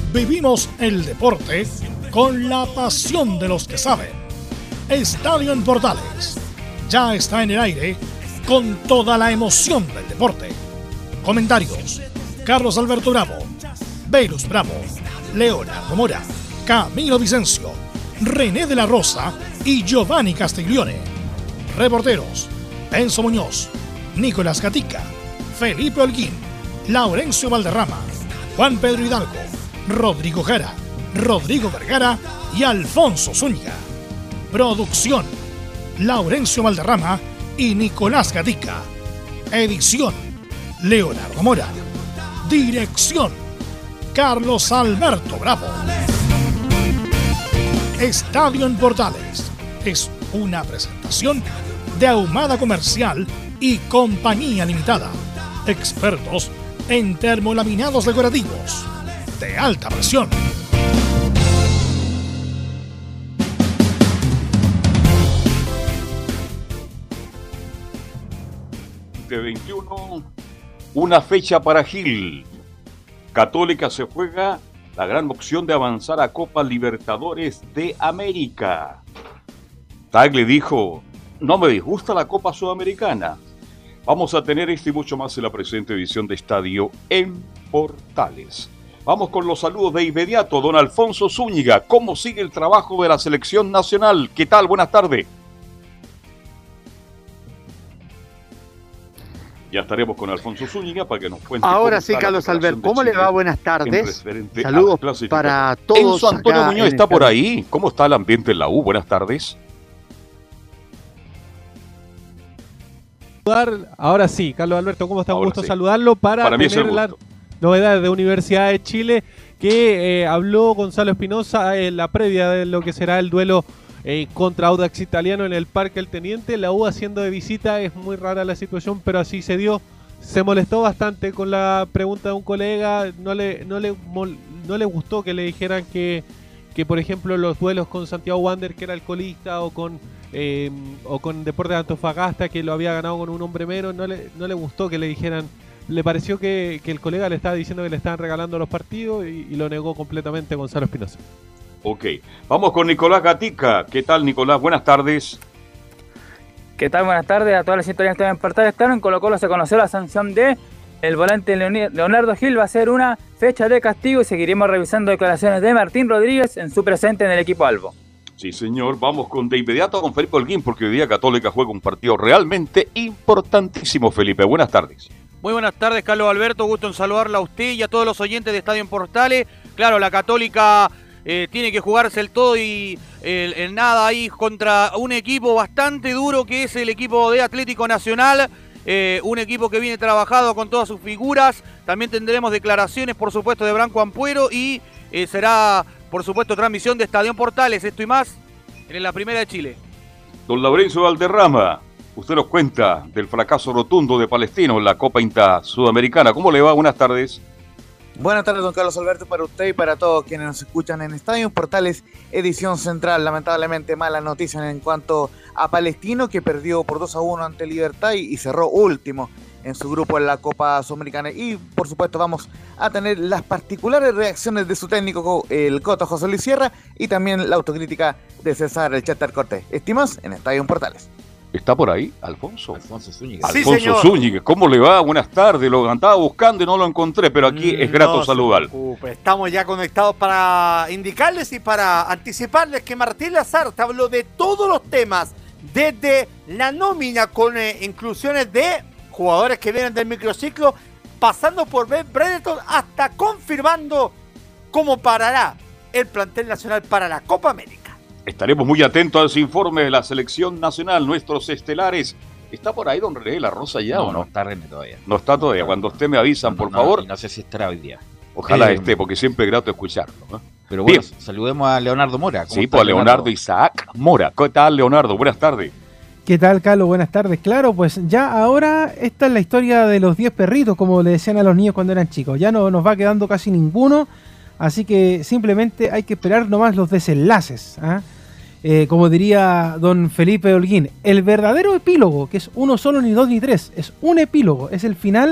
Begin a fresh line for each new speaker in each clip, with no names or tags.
Vivimos el deporte con la pasión de los que saben. Estadio en Portales ya está en el aire con toda la emoción del deporte. Comentarios: Carlos Alberto Bravo, Velus Bravo, Leonardo Mora, Camilo Vicencio, René de la Rosa y Giovanni Castiglione. Reporteros: Enzo Muñoz, Nicolás Gatica, Felipe Holguín, Laurencio Valderrama, Juan Pedro Hidalgo, Rodrigo Jara, Rodrigo Vergara y Alfonso Zúñiga. Producción: Laurencio Valderrama y Nicolás Gatica. Edición: Leonardo Mora. Dirección: Carlos Alberto Bravo. Estadio en Portales es una presentación de Ahumada Comercial y Compañía Limitada. Expertos en termolaminados decorativos de alta presión.
De 21, una fecha para Gil. Católica se juega la gran opción de avanzar a Copa Libertadores de América. Tagle dijo: no me disgusta la Copa Sudamericana. Vamos a tener esto y mucho más en la presente edición de Estadio en Portales. Vamos con los saludos de inmediato. Don Alfonso Zúñiga, ¿cómo sigue el trabajo de la selección nacional? ¿Qué tal? Buenas tardes. Ya estaremos con Alfonso Zúñiga para que nos cuente.
Ahora sí, Carlos Alberto, ¿cómo le va? Buenas tardes. Saludos para todos.
Enzo Antonio Muñoz está por ahí. ¿Cómo está el ambiente en la U? Buenas tardes.
Ahora sí, Carlos Alberto, ¿cómo está? Un gusto saludarlo para
tener
las novedades de Universidad de Chile, que habló Gonzalo Espinosa en la previa de lo que será el duelo contra Audax Italiano en el Parque El Teniente. La U haciendo de visita, es muy rara la situación, pero así se dio. Se molestó bastante con la pregunta de un colega, no le gustó que le dijeran que por ejemplo los duelos con Santiago Wander, que era el colista, o con Deportes de Antofagasta, que lo había ganado con un hombre menos, no le gustó que le dijeran. Le pareció que el colega le estaba diciendo que le estaban regalando los partidos y lo negó completamente Gonzalo Espinosa.
Ok, vamos con Nicolás Gatica. ¿Qué tal, Nicolás? Buenas tardes.
¿Qué tal? Buenas tardes a todas las sintonías que están en Portales. En Colo-Colo se conoció la sanción de el volante Leonardo Gil. Va a ser una fecha de castigo y seguiremos revisando declaraciones de Martín Rodríguez en su presente en el equipo albo.
Sí, señor. Vamos de inmediato con Felipe Holguín, porque hoy día Católica juega un partido realmente importantísimo, Felipe. Buenas tardes.
Muy buenas tardes, Carlos Alberto. Gusto en saludarla a usted y a todos los oyentes de Estadio en Portales. Claro, la Católica tiene que jugarse el todo y el nada ahí contra un equipo bastante duro, que es el equipo de Atlético Nacional. Un equipo que viene trabajado con todas sus figuras. También tendremos declaraciones, por supuesto, de Branco Ampuero y será, por supuesto, transmisión de Estadio en Portales. Esto y más en la Primera de Chile.
Don Laurencio Valderrama, usted nos cuenta del fracaso rotundo de Palestino en la Copa Inta Sudamericana. ¿Cómo le va? Buenas tardes.
Buenas tardes, don Carlos Alberto, para usted y para todos quienes nos escuchan en Estadio Portales, edición central. Lamentablemente mala noticia en cuanto a Palestino, que perdió por 2-1 ante Libertad y cerró último en su grupo en la Copa Sudamericana. Y por supuesto vamos a tener las particulares reacciones de su técnico, el Coto José Luis Sierra, y también la autocrítica de César el Chester Cortés. Estimas en Estadio Portales.
¿Está por ahí, Alfonso?
Alfonso Zúñiga.
Sí, Alfonso Zúñiga, ¿cómo le va? Buenas tardes, lo andaba buscando y no lo encontré, pero aquí es grato saludar.
Estamos ya conectados para indicarles y para anticiparles que Martín Lazarte habló de todos los temas, desde la nómina con inclusiones de jugadores que vienen del microciclo, pasando por Ben Brereton, hasta confirmando cómo parará el plantel nacional para la Copa América.
Estaremos muy atentos a ese informe de la selección nacional, nuestros estelares. ¿Está por ahí don René de la Rosa ya o no?
No está René todavía.
No está todavía. Cuando usted me avisan, por favor.
No sé si estará hoy día.
Ojalá esté, porque siempre es grato escucharlo, ¿no?
Pero bueno, saludemos a Leonardo Mora.
Sí, pues a Leonardo Isaac Mora. ¿Qué tal, Leonardo? Buenas tardes.
¿Qué tal, Carlos? Buenas tardes. Claro, pues ya ahora esta es la historia de los 10 perritos, como le decían a los niños cuando eran chicos. Ya no nos va quedando casi ninguno, así que simplemente hay que esperar nomás los desenlaces, ¿ah? Como diría don Felipe Holguín, el verdadero epílogo, que es uno solo, ni dos ni tres, es un epílogo, es el final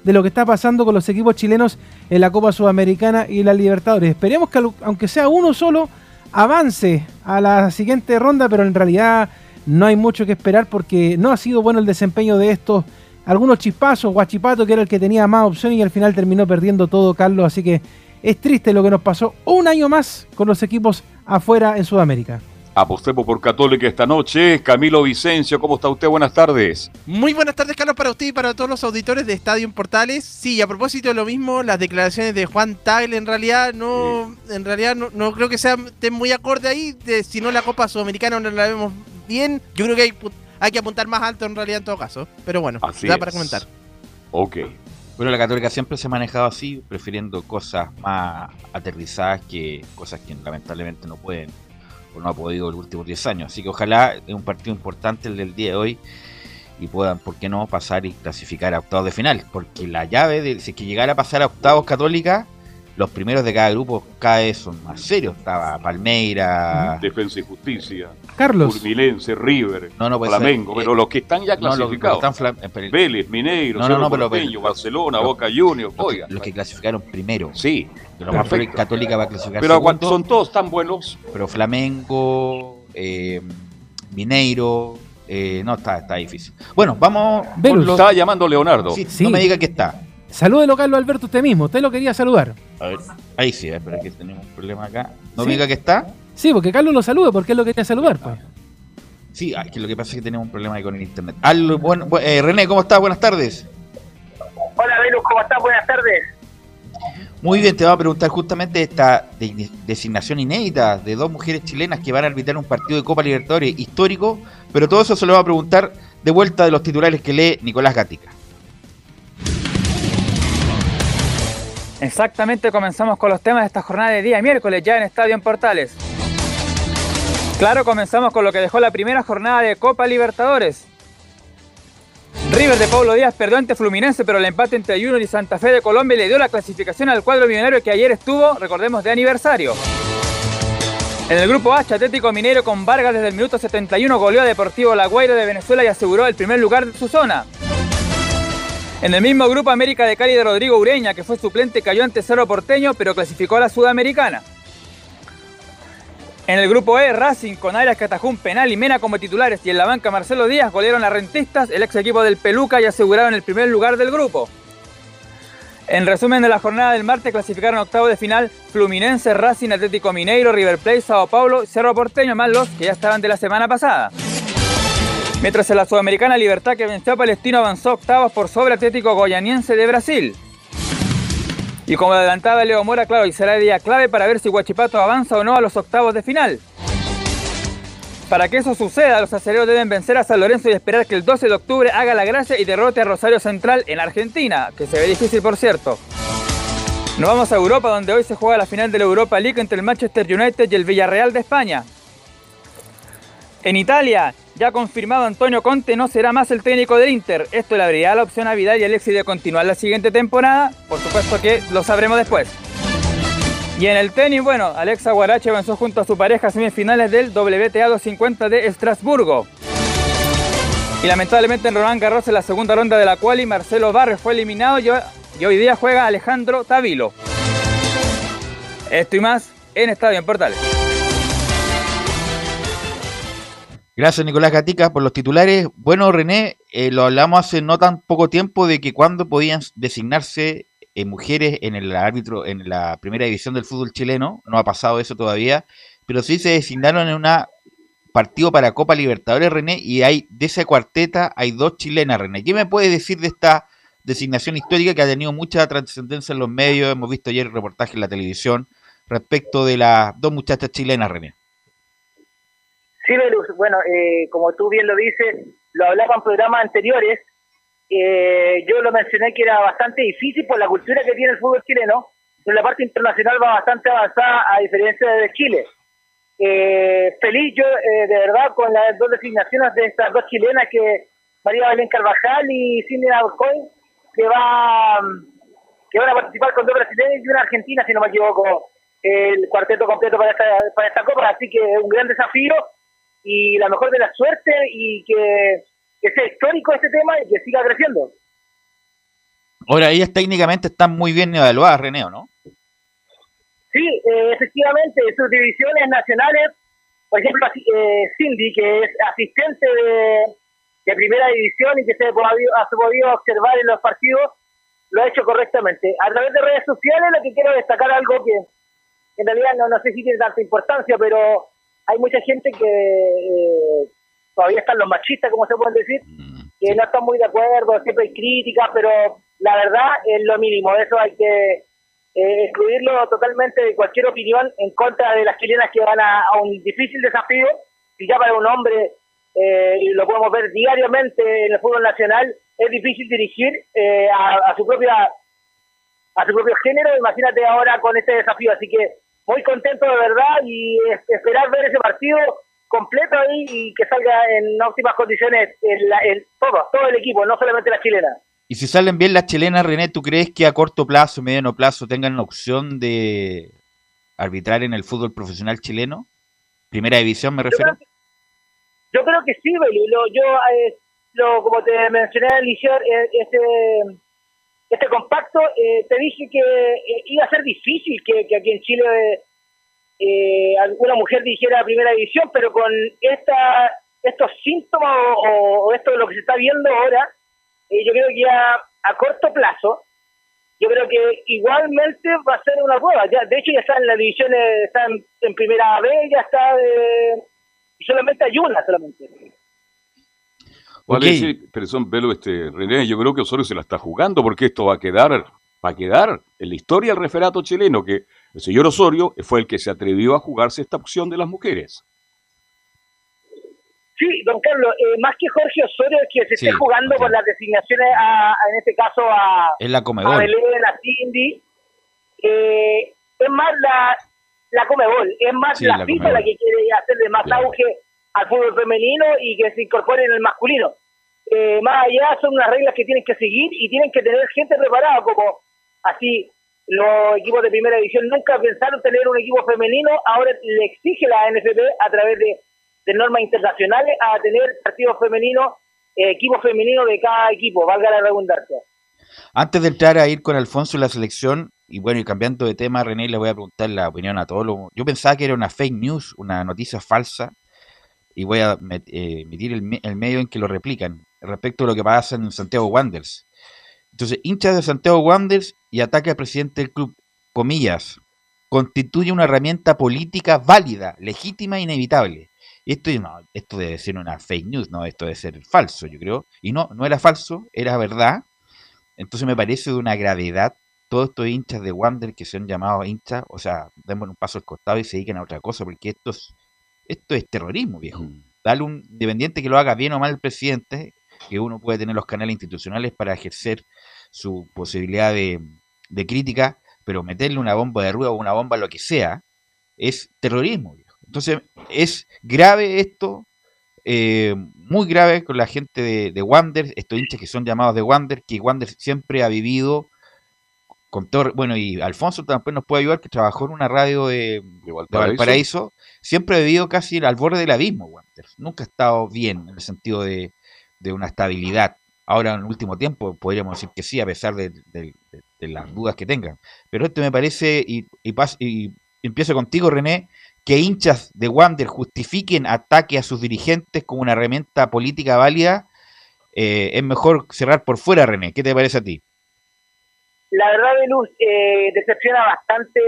de lo que está pasando con los equipos chilenos en la Copa Sudamericana y la Libertadores. Esperemos que aunque sea uno solo avance a la siguiente ronda, pero en realidad no hay mucho que esperar porque no ha sido bueno el desempeño de estos. Algunos chispazos, Huachipato, que era el que tenía más opciones y al final terminó perdiendo todo, Carlos. Así que es triste lo que nos pasó un año más con los equipos afuera en Sudamérica.
Apostemos por Católica esta noche. Camilo Vicencio, ¿cómo está usted? Buenas tardes.
Muy buenas tardes, Carlos, para usted y para todos los auditores de Estadio en Portales. Sí, a propósito de lo mismo, las declaraciones de Juan Tagle en realidad no creo que sean muy acorde ahí. Si no, la Copa Sudamericana no la vemos bien. Yo creo que hay que apuntar más alto en realidad en todo caso. Pero bueno, da para comentar.
Ok.
Bueno, la Católica siempre se ha manejado así, prefiriendo cosas más aterrizadas que cosas que lamentablemente no pueden o no ha podido en los últimos 10 años. Así que ojalá es un partido importante el del día de hoy y puedan, ¿por qué no?, pasar y clasificar a octavos de final. Porque la llave, si es que llegara a pasar a octavos Católica, los primeros de cada grupo cada vez son más serios. Estaba Palmeiras,
Defensa y Justicia,
Carlos,
Fluminense, River,
Flamengo,
pero los que están ya clasificados, Vélez, Mineiro, Cerro Porteño, Barcelona, Boca Juniors,
los que clasificaron primero.
Sí,
lo más probable, Católica va a clasificar
pero
segundo,
son todos tan buenos.
Pero Flamengo, Mineiro, no, está difícil. Bueno, vamos.
Estaba llamando Leonardo.
Sí. No me diga que está.
Salúdelo, Carlos Alberto, usted mismo. Usted lo quería saludar.
A ver, ahí sí, pero es que tenemos un problema acá. ¿No me diga que está?
Sí, porque Carlos lo saluda, porque él lo quería saludar, pues.
Sí, es que lo que pasa es que tenemos un problema ahí con el internet. René, ¿cómo estás? Buenas tardes.
Hola, Velus, ¿cómo estás? Buenas tardes.
Muy bien, te voy a preguntar justamente esta designación inédita de dos mujeres chilenas que van a arbitrar un partido de Copa Libertadores histórico, pero todo eso se lo va a preguntar de vuelta de los titulares que lee Nicolás Gatica.
Exactamente, comenzamos con los temas de esta jornada de día miércoles ya en Estadio en Portales. Claro, comenzamos con lo que dejó la primera jornada de Copa Libertadores. River de Pablo Díaz perdió ante Fluminense, pero el empate entre Junior y Santa Fe de Colombia le dio la clasificación al cuadro millonario que ayer estuvo, recordemos, de aniversario. En el grupo H, Atlético Mineiro con Vargas desde el minuto 71 goleó a Deportivo La Guaira de Venezuela y aseguró el primer lugar de su zona. En el mismo grupo, América de Cali de Rodrigo Ureña, que fue suplente, cayó ante Cerro Porteño, pero clasificó a la Sudamericana. En el grupo E, Racing con Arias que atajó un penal y Mena como titulares y en la banca Marcelo Díaz golearon a Rentistas, el ex equipo del Peluca, y aseguraron el primer lugar del grupo. En resumen de la jornada del martes, clasificaron octavos de final Fluminense, Racing, Atlético Mineiro, River Plate, Sao Paulo, Cerro Porteño, más los que ya estaban de la semana pasada. Mientras en la Sudamericana, Libertad, que venció a Palestino, avanzó octavos por sobre Atlético Goianiense de Brasil. Y como adelantaba Leo Mora, claro, y será el día clave para ver si Huachipato avanza o no a los octavos de final. Para que eso suceda, los acereros deben vencer a San Lorenzo y esperar que el 12 de octubre haga la gracia y derrote a Rosario Central en Argentina, que se ve difícil, por cierto. Nos vamos a Europa, donde hoy se juega la final de la Europa League entre el Manchester United y el Villarreal de España. En Italia, ya confirmado, Antonio Conte no será más el técnico del Inter. Esto le abrirá la opción a Vidal y Alexis de continuar la siguiente temporada. Por supuesto que lo sabremos después. Y en el tenis, bueno, Alexa Guarache avanzó junto a su pareja a semifinales del WTA 250 de Estrasburgo. Y lamentablemente en Roland Garros, en la segunda ronda de la quali, Marcelo Barrios fue eliminado y hoy día juega Alejandro Tavilo. Esto y más en Estadio en Portales.
Gracias, Nicolás Gatica, por los titulares. Bueno, René, lo hablamos hace no tan poco tiempo de que cuándo podían designarse mujeres en el árbitro en la primera división del fútbol chileno. No ha pasado eso todavía, pero sí se designaron en un partido para Copa Libertadores, René, y de esa cuarteta hay dos chilenas, René. ¿Qué me puedes decir de esta designación histórica que ha tenido mucha trascendencia en los medios? Hemos visto ayer reportajes en la televisión respecto de las dos muchachas chilenas, René.
Sí, Velus, bueno, como tú bien lo dices, lo hablaba en programas anteriores, yo lo mencioné que era bastante difícil por la cultura que tiene el fútbol chileno, pero la parte internacional va bastante avanzada a diferencia de Chile. Feliz yo, de verdad, con las dos designaciones de estas dos chilenas, que María Belén Carvajal y Cindy Alcoy, que van a participar con dos brasileños y una argentina, si no me equivoco, el cuarteto completo para esta Copa, así que es un gran desafío. Y la mejor de la suerte y que sea histórico este tema y que siga creciendo.
Ahora, ellas técnicamente están muy bien evaluadas, René, ¿no?
Sí, efectivamente, sus divisiones nacionales, por ejemplo, Cindy, que es asistente de primera división y que se ha podido observar en los partidos, lo ha hecho correctamente. A través de redes sociales, lo que quiero destacar algo que en realidad no sé si tiene tanta importancia, pero hay mucha gente que todavía están los machistas, como se puede decir, que no están muy de acuerdo, siempre hay críticas, pero la verdad es lo mínimo. Eso hay que excluirlo totalmente de cualquier opinión en contra de las chilenas que van a un difícil desafío. Si ya para un hombre, y lo podemos ver diariamente en el fútbol nacional, es difícil dirigir a su propio género. Imagínate ahora con este desafío. Así que muy contento de verdad y esperar ver ese partido completo ahí y que salga en óptimas condiciones todo el equipo, no solamente la chilena.
Y si salen bien las chilenas, René, ¿tú crees que a corto plazo, mediano plazo, tengan la opción de arbitrar en el fútbol profesional chileno? Primera división, me refiero.
Yo creo que sí, Belu. Como te mencioné al iniciar este compacto, te dije que iba a ser difícil que aquí en Chile alguna mujer dirigiera primera división, pero con estos síntomas o esto de lo que se está viendo ahora, yo creo que ya a corto plazo, yo creo que igualmente va a ser una prueba. Ya, de hecho, ya está en las divisiones, está en primera B, ya está, y solamente hay una solamente.
Okay. Pero son Belu, René, yo creo que Osorio se la está jugando porque esto va a quedar en la historia del referato chileno, que el señor Osorio fue el que se atrevió a jugarse esta opción de las mujeres.
Sí, don Carlos, más que Jorge Osorio, que se esté jugando por las designaciones, en este caso a Belén, a Cindy, es más la Comebol, es más la FIFA la que quiere hacerle más auge al fútbol femenino y que se incorpore en el masculino. Más allá son unas reglas que tienen que seguir y tienen que tener gente preparada, como así los equipos de primera división nunca pensaron tener un equipo femenino, ahora le exige la NFP a través de normas internacionales a tener partidos femeninos, equipos femeninos de cada equipo, valga la redundancia.
Antes de entrar a ir con Alfonso en la selección, y bueno, y cambiando de tema, René, le voy a preguntar la opinión a todos. Yo pensaba que era una fake news, una noticia falsa, y voy a emitir el medio en que lo replican, respecto a lo que pasa en Santiago Wanderers. Entonces, hinchas de Santiago Wanderers y ataque al presidente del club, comillas, constituye una herramienta política válida, legítima e inevitable. Esto debe ser una fake news, no, esto debe ser falso, yo creo. Y no era falso, era verdad. Entonces me parece de una gravedad todos estos hinchas de Wander que se han llamado hinchas, o sea, den un paso al costado y se dediquen a otra cosa, porque esto es terrorismo, viejo. Dale un independiente que lo haga bien o mal el presidente, que uno puede tener los canales institucionales para ejercer su posibilidad de crítica, pero meterle una bomba de rueda o una bomba lo que sea, es terrorismo, viejo. Entonces, es grave esto, muy grave con la gente de Wander, estos hinchas que son llamados de Wander, que Wander siempre ha vivido con todo. Bueno, y Alfonso también nos puede ayudar, que trabajó en una radio de Valparaíso, siempre ha vivido casi al borde del abismo, Wander. Nunca ha estado bien en el sentido de una estabilidad. Ahora, en el último tiempo, podríamos decir que sí, a pesar de las dudas que tengan. Pero esto me parece, y empiezo contigo, René, que hinchas de Wander justifiquen ataque a sus dirigentes como una herramienta política válida, es mejor cerrar por fuera, René. ¿Qué te parece a ti?
La verdad, Belus, decepciona bastante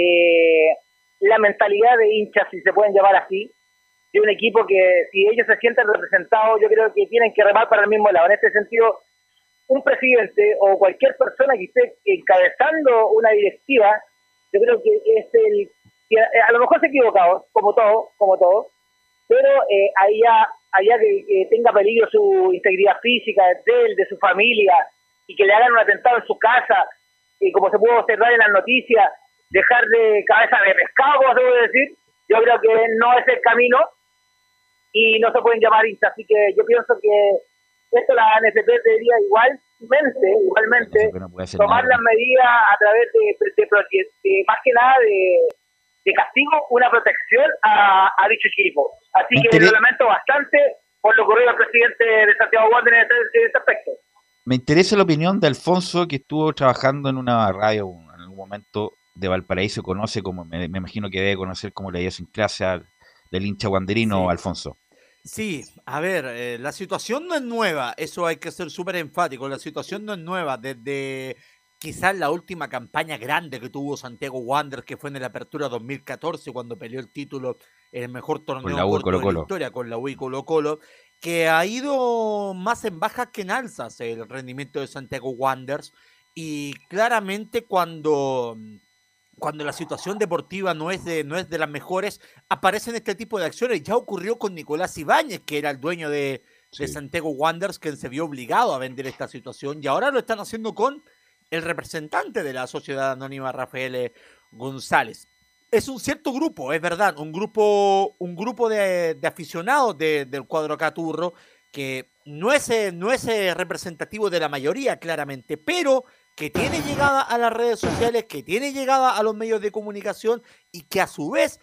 la mentalidad de hinchas, si se pueden llamar así, de un equipo que, si ellos se sienten representados, yo creo que tienen que remar para el mismo lado. En este sentido, un presidente o cualquier persona que esté encabezando una directiva, yo creo que es a lo mejor se ha equivocado, como todo, pero allá que tenga peligro su integridad física de él, de su familia, y que le hagan un atentado en su casa, y como se pudo observar en las noticias, dejar de cabeza de pescado, como se puede decir, yo creo que no es el camino, y no se pueden llamar hinchas. Así que yo pienso que esto la NFP debería igualmente tomar las medidas a través de más que nada de castigo, una protección a dicho equipo. Así que lo lamento bastante por lo ocurrido al presidente de Santiago Wander en este aspecto.
Me interesa la opinión de Alfonso, que estuvo trabajando en una radio en algún momento de Valparaíso, conoce como, me imagino que debe conocer como la idiosincrasia del hincha wanderino, sí. Alfonso.
Sí, a ver, la situación no es nueva, eso hay que ser súper enfático, la situación no es nueva, desde quizás la última campaña grande que tuvo Santiago Wanderers, que fue en la Apertura 2014, cuando peleó el título en el mejor torneo corto de la historia con la U y Colo-Colo, que ha ido más en bajas que en alzas el rendimiento de Santiago Wanderers, y claramente cuando la situación deportiva no es de las mejores, aparecen este tipo de acciones. Ya ocurrió con Nicolás Ibáñez, que era el dueño de Santiago Wanderers, quien se vio obligado a vender esta situación, y ahora lo están haciendo con el representante de la sociedad anónima, Rafael González. Es un cierto grupo, es verdad, un grupo de aficionados del cuadro Caturro, que no es representativo de la mayoría, claramente, pero que tiene llegada a las redes sociales, que tiene llegada a los medios de comunicación y que a su vez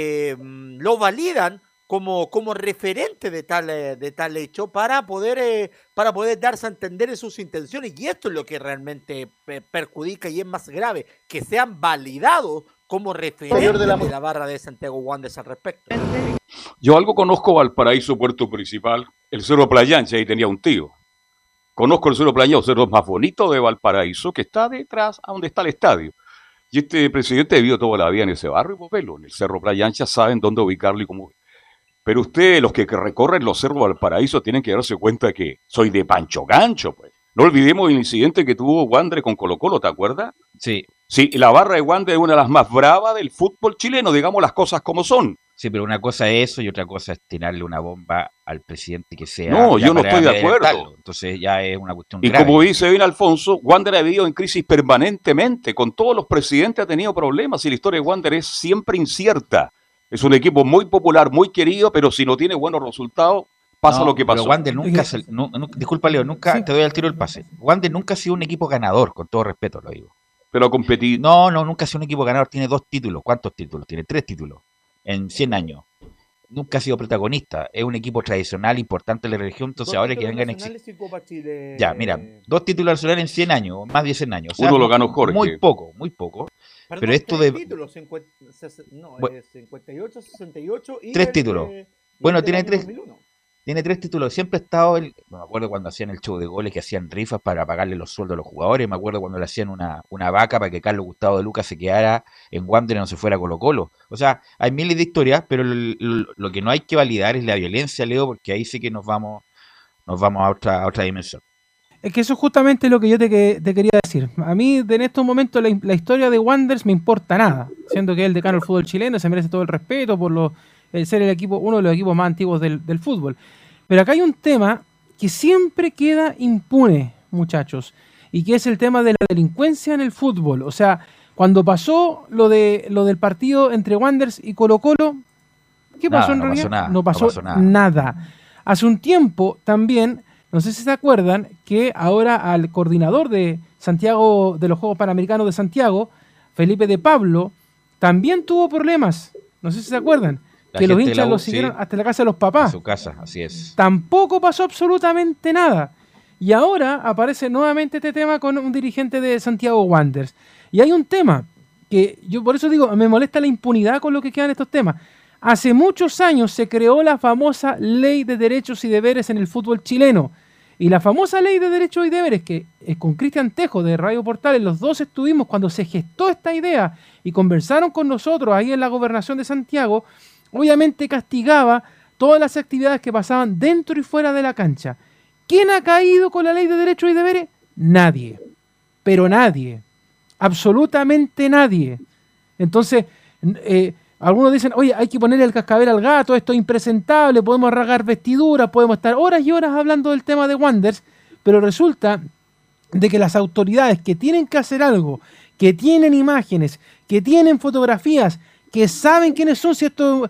lo validan como referente de tal hecho para poder darse a entender en sus intenciones. Y esto es lo que realmente perjudica y es más grave, que sean validados como referente de la barra de Santiago Wanderers al respecto.
Yo algo conozco Valparaíso, Puerto Principal, el Cerro Playancha, ahí tenía un tío. Conozco el Cerro Playancha, el cerro más bonito de Valparaíso, que está detrás a donde está el estadio. Y este presidente vivió toda la vida en ese barrio, pues velo, en el Cerro Playancha saben dónde ubicarlo y cómo. Pero ustedes, los que recorren los cerros Valparaíso, tienen que darse cuenta que soy de Pancho Gancho, pues. No olvidemos el incidente que tuvo Wanderers con Colo-Colo, ¿te acuerdas?
Sí.
Sí, la barra de Wanderers es una de las más bravas del fútbol chileno, digamos las cosas como son.
Sí, pero una cosa es eso y otra cosa es tirarle una bomba al presidente que sea.
No, yo no estoy de acuerdo.
Entonces ya es una cuestión
grave. Y como dice bien Alfonso, Wanderers ha vivido en crisis permanentemente. Con todos los presidentes ha tenido problemas y la historia de Wanderers es siempre incierta. Es un equipo muy popular, muy querido, pero si no tiene buenos resultados, pasa lo que pasó.
Pero Wanderers nunca, disculpa Leo, nunca sí. Te doy al tiro el pase. Wanderers nunca ha sido un equipo ganador, con todo respeto lo digo.
Pero competir.
No, nunca ha sido un equipo ganador, tiene 2 títulos. ¿Cuántos títulos? Tiene 3 títulos en 100 años. Nunca ha sido protagonista, es un equipo tradicional, importante en la región, entonces ahora que vengan ya, mira, 2 títulos nacionales en 100 años, más de 100 años. O sea,
uno lo ganó Jorge.
Muy poco.
Perdón,
pero esto de...
títulos, 58, 68 y
3 títulos. Bueno, tiene 3.
2001.
Tiene 3 títulos. Siempre ha estado, no me acuerdo cuando hacían el show de goles, que hacían rifas para pagarle los sueldos a los jugadores. Me acuerdo cuando le hacían una vaca para que Carlos Gustavo de Lucas se quedara en Wanderers y no se fuera a Colo-Colo. O sea, hay miles de historias, pero lo que no hay que validar es la violencia, Leo, porque ahí sí que nos vamos a otra dimensión.
Es que eso es justamente lo que yo te quería decir. A mí, en estos momentos, la historia de Wanderers me importa nada. Siendo que es el decano del fútbol chileno, se merece todo el respeto por ser el equipo, uno de los equipos más antiguos del fútbol. Pero acá hay un tema que siempre queda impune, muchachos, y que es el tema de la delincuencia en el fútbol. O sea, cuando pasó lo del partido entre Wanderers y Colo-Colo, ¿qué pasó en realidad? No pasó nada. Hace un tiempo también, no sé si se acuerdan, que ahora al coordinador de Santiago, de los Juegos Panamericanos de Santiago, Felipe de Pablo, también tuvo problemas. No sé si se acuerdan. Que los hinchas lo siguieron hasta la casa de los papás.
A su casa, así es.
Tampoco pasó absolutamente nada. Y ahora aparece nuevamente este tema con un dirigente de Santiago Wanderers. Y hay un tema que yo por eso digo, me molesta la impunidad con lo que quedan estos temas. Hace muchos años se creó la famosa Ley de Derechos y Deberes en el fútbol chileno. Y la famosa Ley de Derechos y Deberes, que con Cristian Tejo de Radio Portales, los dos estuvimos cuando se gestó esta idea y conversaron con nosotros ahí en la Gobernación de Santiago, obviamente castigaba todas las actividades que pasaban dentro y fuera de la cancha. ¿Quién ha caído con la Ley de Derechos y Deberes? Nadie. Pero nadie. Absolutamente nadie. Entonces, algunos dicen, oye, hay que ponerle el cascabel al gato, esto es impresentable, podemos rasgar vestiduras, podemos estar horas y horas hablando del tema de Wanderers, pero resulta de que las autoridades que tienen que hacer algo, que tienen imágenes, que tienen fotografías, que saben quiénes son, si esto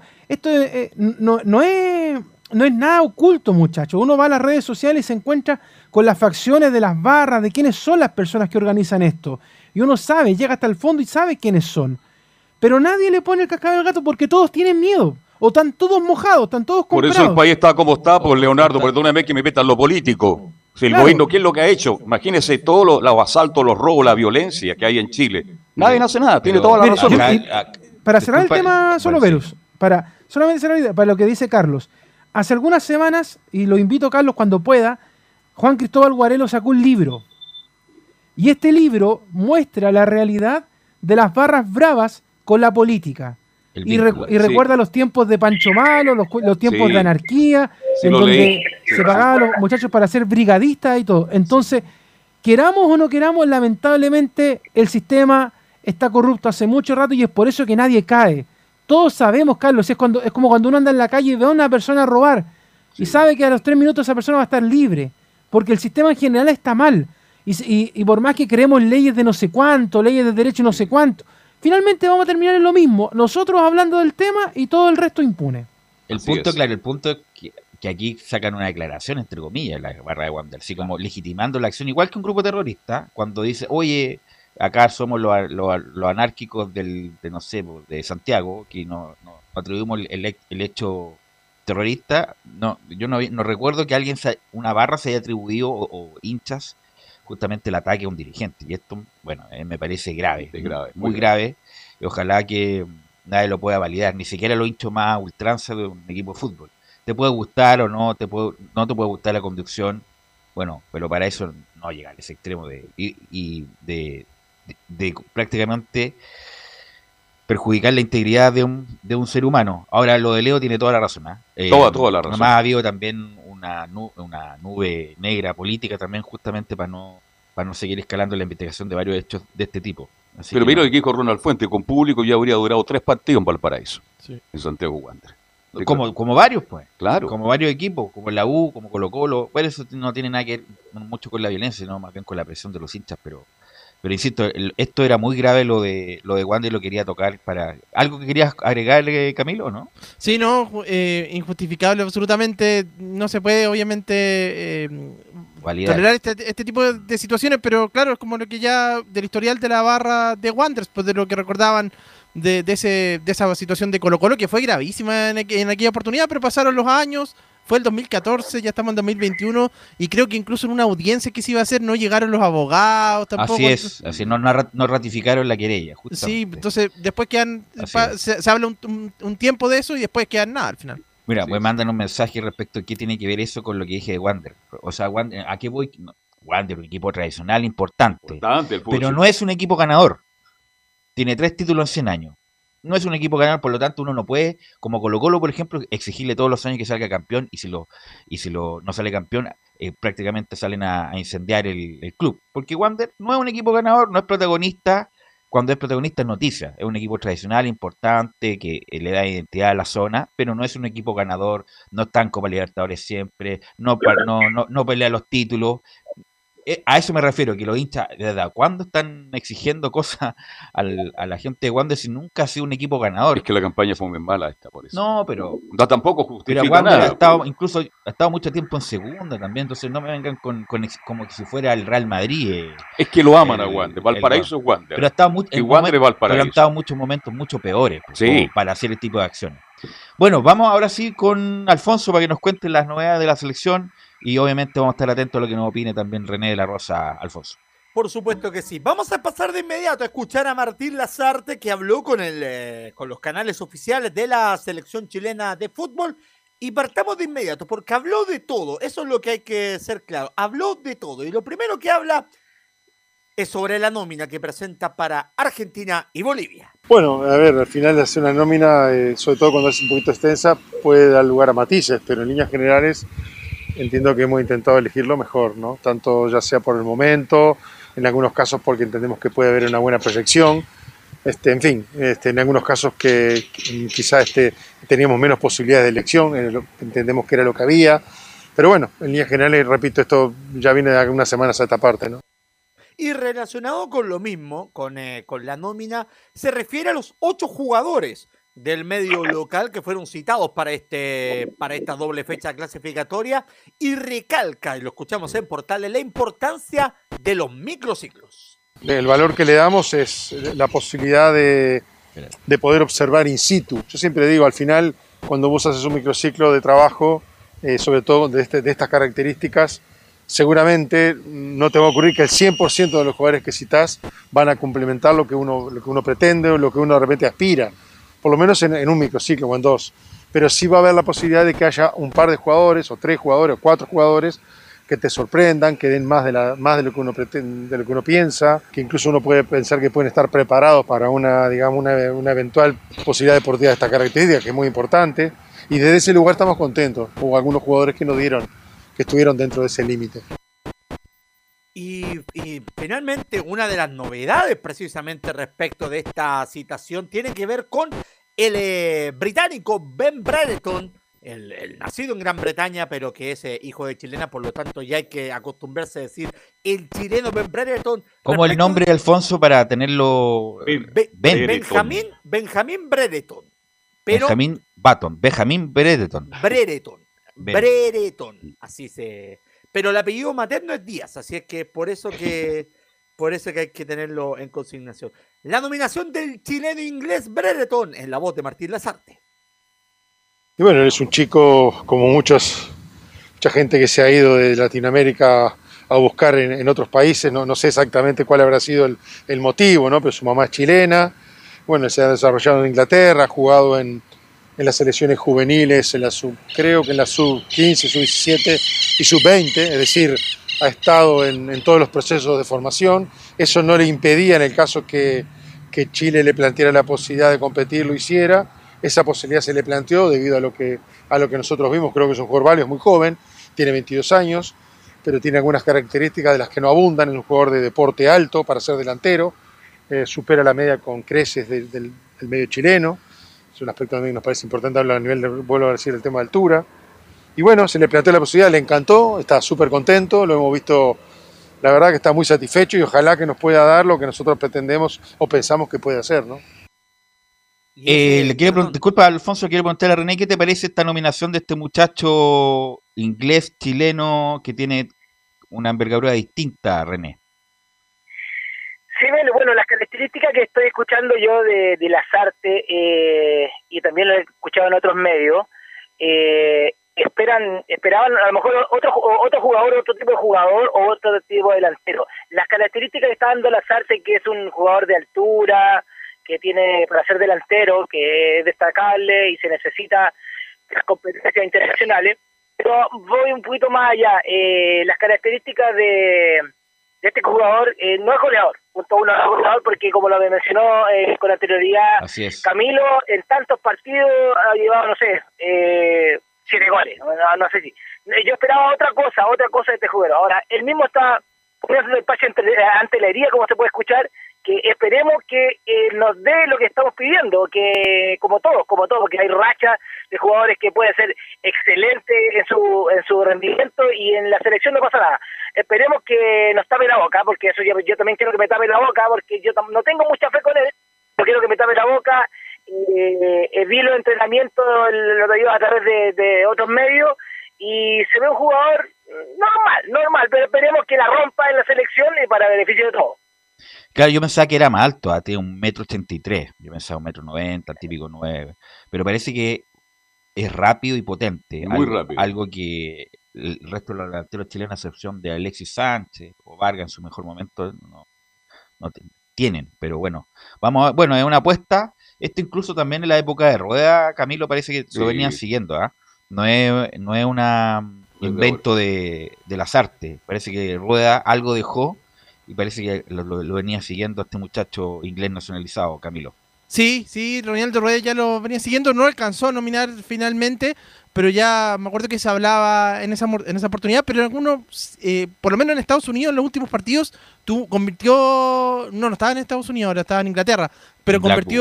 no es nada oculto, muchachos. Uno va a las redes sociales y se encuentra con las facciones de las barras, de quiénes son las personas que organizan esto. Y uno sabe, llega hasta el fondo y sabe quiénes son. Pero nadie le pone el cascabel al gato porque todos tienen miedo. O están todos mojados, están todos comprados.
Por eso el país está como está, por Leonardo, perdóname que me metan lo político. Si el gobierno, ¿qué es lo que ha hecho? Imagínense todos los asaltos, los robos, la violencia que hay en Chile. Nadie hace nada, tiene toda la razón.
Para cerrar el tema, solo Velus, solamente cerrar la idea, para lo que dice Carlos. Hace algunas semanas, y lo invito, Carlos, cuando pueda, Juan Cristóbal Guarelo sacó un libro. Y este libro muestra la realidad de las barras bravas con la política. Y recuerda los tiempos de Pancho Malo, los tiempos de anarquía, en donde se pagaban a los muchachos para ser brigadistas y todo. Entonces, queramos o no queramos, lamentablemente el sistema está corrupto hace mucho rato y es por eso que nadie cae. Todos sabemos, Carlos, es como cuando uno anda en la calle y ve a una persona robar y sabe que a los 3 minutos esa persona va a estar libre, porque el sistema en general está mal. Y por más que creemos leyes de no sé cuánto, leyes de derecho no sé cuánto, finalmente vamos a terminar en lo mismo. Nosotros hablando del tema y todo el resto impune.
El punto es que aquí sacan una declaración, entre comillas, la barra de Wander, así como legitimando la acción, igual que un grupo terrorista, cuando dice, oye, acá somos los anárquicos de Santiago, que nos atribuimos el hecho terrorista. No, yo no recuerdo que una barra se haya atribuido o hinchas justamente el ataque a un dirigente, y esto, bueno, me parece grave, muy grave, y ojalá que nadie lo pueda validar, ni siquiera lo hincho más ultranza de un equipo de fútbol. Te puede gustar o no te puede gustar la conducción, bueno, pero para eso no llegar a ese extremo de prácticamente perjudicar la integridad de un ser humano. Ahora, lo de Leo tiene toda la razón,
toda la razón.
Además ha habido también una nube negra política también, justamente para no seguir escalando la investigación de varios hechos de este tipo. Así
pero mira lo que dijo Ronald Fuentes, con público ya habría durado 3 partidos en Valparaíso, en Santiago Wanderers.
Como varios, pues.
Claro.
Como varios equipos, como la U, como Colo-Colo. Bueno, eso no tiene nada que ver mucho con la violencia, sino más bien con la presión de los hinchas, pero insisto, esto era muy grave, lo de Wander, y lo quería tocar para... ¿Algo que querías agregarle, Camilo, no?
Sí, no, injustificable absolutamente. No se puede, obviamente, tolerar este tipo de situaciones, pero claro, es como lo que ya del historial de la barra de Wanderers, pues de lo que recordaban de esa situación de Colo-Colo, que fue gravísima en aquella oportunidad, pero pasaron los años. Fue el 2014, ya estamos en 2021, y creo que incluso en una audiencia que se iba a hacer no llegaron los abogados tampoco.
Así no ratificaron la querella, justamente.
Sí, entonces después se habla un tiempo de eso y después quedan nada al final.
Mira, me mandan un mensaje respecto a qué tiene que ver eso con lo que dije de Wander. O sea, ¿a qué voy? Wander, un equipo tradicional importante, pero no es un equipo ganador. Tiene 3 títulos en 100 años. No es un equipo ganador, por lo tanto uno no puede, como Colo-Colo, por ejemplo, exigirle todos los años que salga campeón, y si no sale campeón, prácticamente salen a incendiar el club. Porque Wander no es un equipo ganador, no es protagonista. Cuando es protagonista es noticia. Es un equipo tradicional, importante, que le da identidad a la zona, pero no es un equipo ganador, no está en Copa Libertadores siempre, no pelea los títulos. A eso me refiero, que los hinchas, ¿desde cuándo están exigiendo cosas a la gente de Wander si nunca ha sido un equipo ganador?
Es que la campaña fue muy mala esta, por eso.
No, pero...
tampoco justifica
pero Wander
nada.
Ha estado mucho tiempo en segunda también, entonces no me vengan con como si fuera el Real Madrid.
Es que lo aman a Wander, Valparaíso es Wander.
Pero ha estado
pero
han estado muchos momentos mucho peores
sí,
para hacer el tipo de acciones. Bueno, vamos ahora sí con Alfonso para que nos cuente las novedades de la selección. Y obviamente vamos a estar atentos a lo que nos opine también René de la Rosa, Alfonso.
Por supuesto que sí. Vamos a pasar de inmediato a escuchar a Martín Lazarte, que habló con los canales oficiales de la selección chilena de fútbol. Y partamos de inmediato, porque habló de todo. Eso es lo que hay que ser claro. Habló de todo. Y lo primero que habla es sobre la nómina que presenta para Argentina y Bolivia.
Bueno, a ver, al final de hacer una nómina, sobre todo cuando es un poquito extensa, puede dar lugar a matices, pero en líneas generales entiendo que hemos intentado elegir lo mejor, ¿no? Tanto ya sea por el momento, en algunos casos porque entendemos que puede haber una buena proyección, en fin, en algunos casos que quizás teníamos menos posibilidades de elección, entendemos que era lo que había, pero bueno, en líneas generales, repito, esto ya viene de algunas semanas a esta parte, ¿no?
Y relacionado con lo mismo, con la nómina, se refiere a los 8 jugadores del medio local que fueron citados para esta doble fecha clasificatoria, y recalca, y lo escuchamos en Portales, la importancia de los microciclos.
El valor que le damos es la posibilidad de poder observar in situ. Yo siempre digo, al final, cuando vos haces un microciclo de trabajo, sobre todo de estas características, seguramente no te va a ocurrir que el 100% de los jugadores que citás van a complementar lo que uno pretende o lo que uno de repente aspira, por lo menos en un microciclo o en 2. Pero sí va a haber la posibilidad de que haya un par de jugadores, o 3 jugadores, o 4 jugadores, que te sorprendan, que den más de lo que uno pretende, de lo que uno piensa, que incluso uno puede pensar que pueden estar preparados para una eventual posibilidad deportiva de esta característica, que es muy importante. Y desde ese lugar estamos contentos, hubo algunos jugadores que estuvieron dentro de ese límite.
Y finalmente, una de las novedades precisamente respecto de esta citación tiene que ver con el británico Ben Brereton, el nacido en Gran Bretaña, pero que es hijo de chilena, por lo tanto ya hay que acostumbrarse a decir el chileno Ben Brereton.
¿Cómo el nombre de Alfonso para tenerlo?
Benjamín Brereton. Pero
Benjamín Brereton.
Brereton, así se... Pero el apellido materno es Díaz, así es que por eso que hay que tenerlo en consignación. La nominación del chileno inglés Brereton en la voz de Martín Lasarte.
Y bueno, él es un chico como mucha gente que se ha ido de Latinoamérica a buscar en otros países, no sé exactamente cuál habrá sido el motivo, ¿no? Pero su mamá es chilena, bueno, se ha desarrollado en Inglaterra, ha jugado en las selecciones juveniles, creo que en la sub-15, sub-17 y sub-20, es decir, ha estado en todos los procesos de formación. Eso no le impedía, en el caso que Chile le planteara la posibilidad de competir, lo hiciera. Esa posibilidad se le planteó debido a lo que nosotros vimos. Creo que es un jugador válido, es muy joven, tiene 22 años, pero tiene algunas características de las que no abundan en un jugador de deporte alto para ser delantero. Supera la media con creces del medio chileno. Es un aspecto también que nos parece importante hablar a nivel vuelvo a decir, el tema de altura. Y bueno, se le planteó la posibilidad, le encantó, está súper contento, lo hemos visto, la verdad que está muy satisfecho y ojalá que nos pueda dar lo que nosotros pretendemos o pensamos que puede hacer, ¿no?
Disculpa, Alfonso, quiero preguntarle a René, ¿qué te parece esta nominación de este muchacho inglés chileno que tiene una envergadura distinta, René?
Sí, bueno, las características que estoy escuchando yo de Lasarte y también lo he escuchado en otros medios, esperaban a lo mejor otro jugador, otro tipo de jugador o otro tipo de delantero. Las características que está dando Lasarte, que es un jugador de altura, que tiene para ser delantero, que es destacable y se necesita las competencias internacionales, pero voy un poquito más allá. Las características de este jugador no es goleador, punto uno, no es goleador porque como lo mencionó con anterioridad Camilo, en tantos partidos ha llevado, no sé, 7 goles, no sé si. Yo esperaba otra cosa de este jugador. Ahora, él mismo está poniendo el pache ante la herida, como se puede escuchar, que esperemos que nos dé lo que estamos pidiendo, que como todos, porque hay rachas de jugadores que pueden ser excelentes en su rendimiento y en la selección no pasa nada. Esperemos que nos tape la boca, porque eso yo también quiero que me tape la boca, porque yo no tengo mucha fe con él, no quiero que me tape la boca. Vi los entrenamientos a través de otros medios y se ve un jugador normal, pero esperemos que la rompa en la selección y para beneficio de todos.
Claro, yo pensaba que era más alto, tiene 1,83 m, yo pensaba 1,90 m, típico 9, pero parece que es rápido y potente,
muy rápido.
Algo que el resto de los delanteros chilenos, a excepción de Alexis Sánchez o Vargas en su mejor momento, no tienen, pero bueno, es una apuesta. Esto incluso también en la época de Rueda, Camilo, parece que lo venían siguiendo, no es un invento de Lasarte, parece que Rueda algo dejó y parece que lo venía siguiendo este muchacho inglés nacionalizado, Camilo.
Sí, Ronaldo Rueda ya lo venía siguiendo, no alcanzó a nominar finalmente, pero ya me acuerdo que se hablaba en esa oportunidad, pero en algunos, por lo menos en Estados Unidos, en los últimos partidos, no estaba en Estados Unidos, ahora estaba en Inglaterra, pero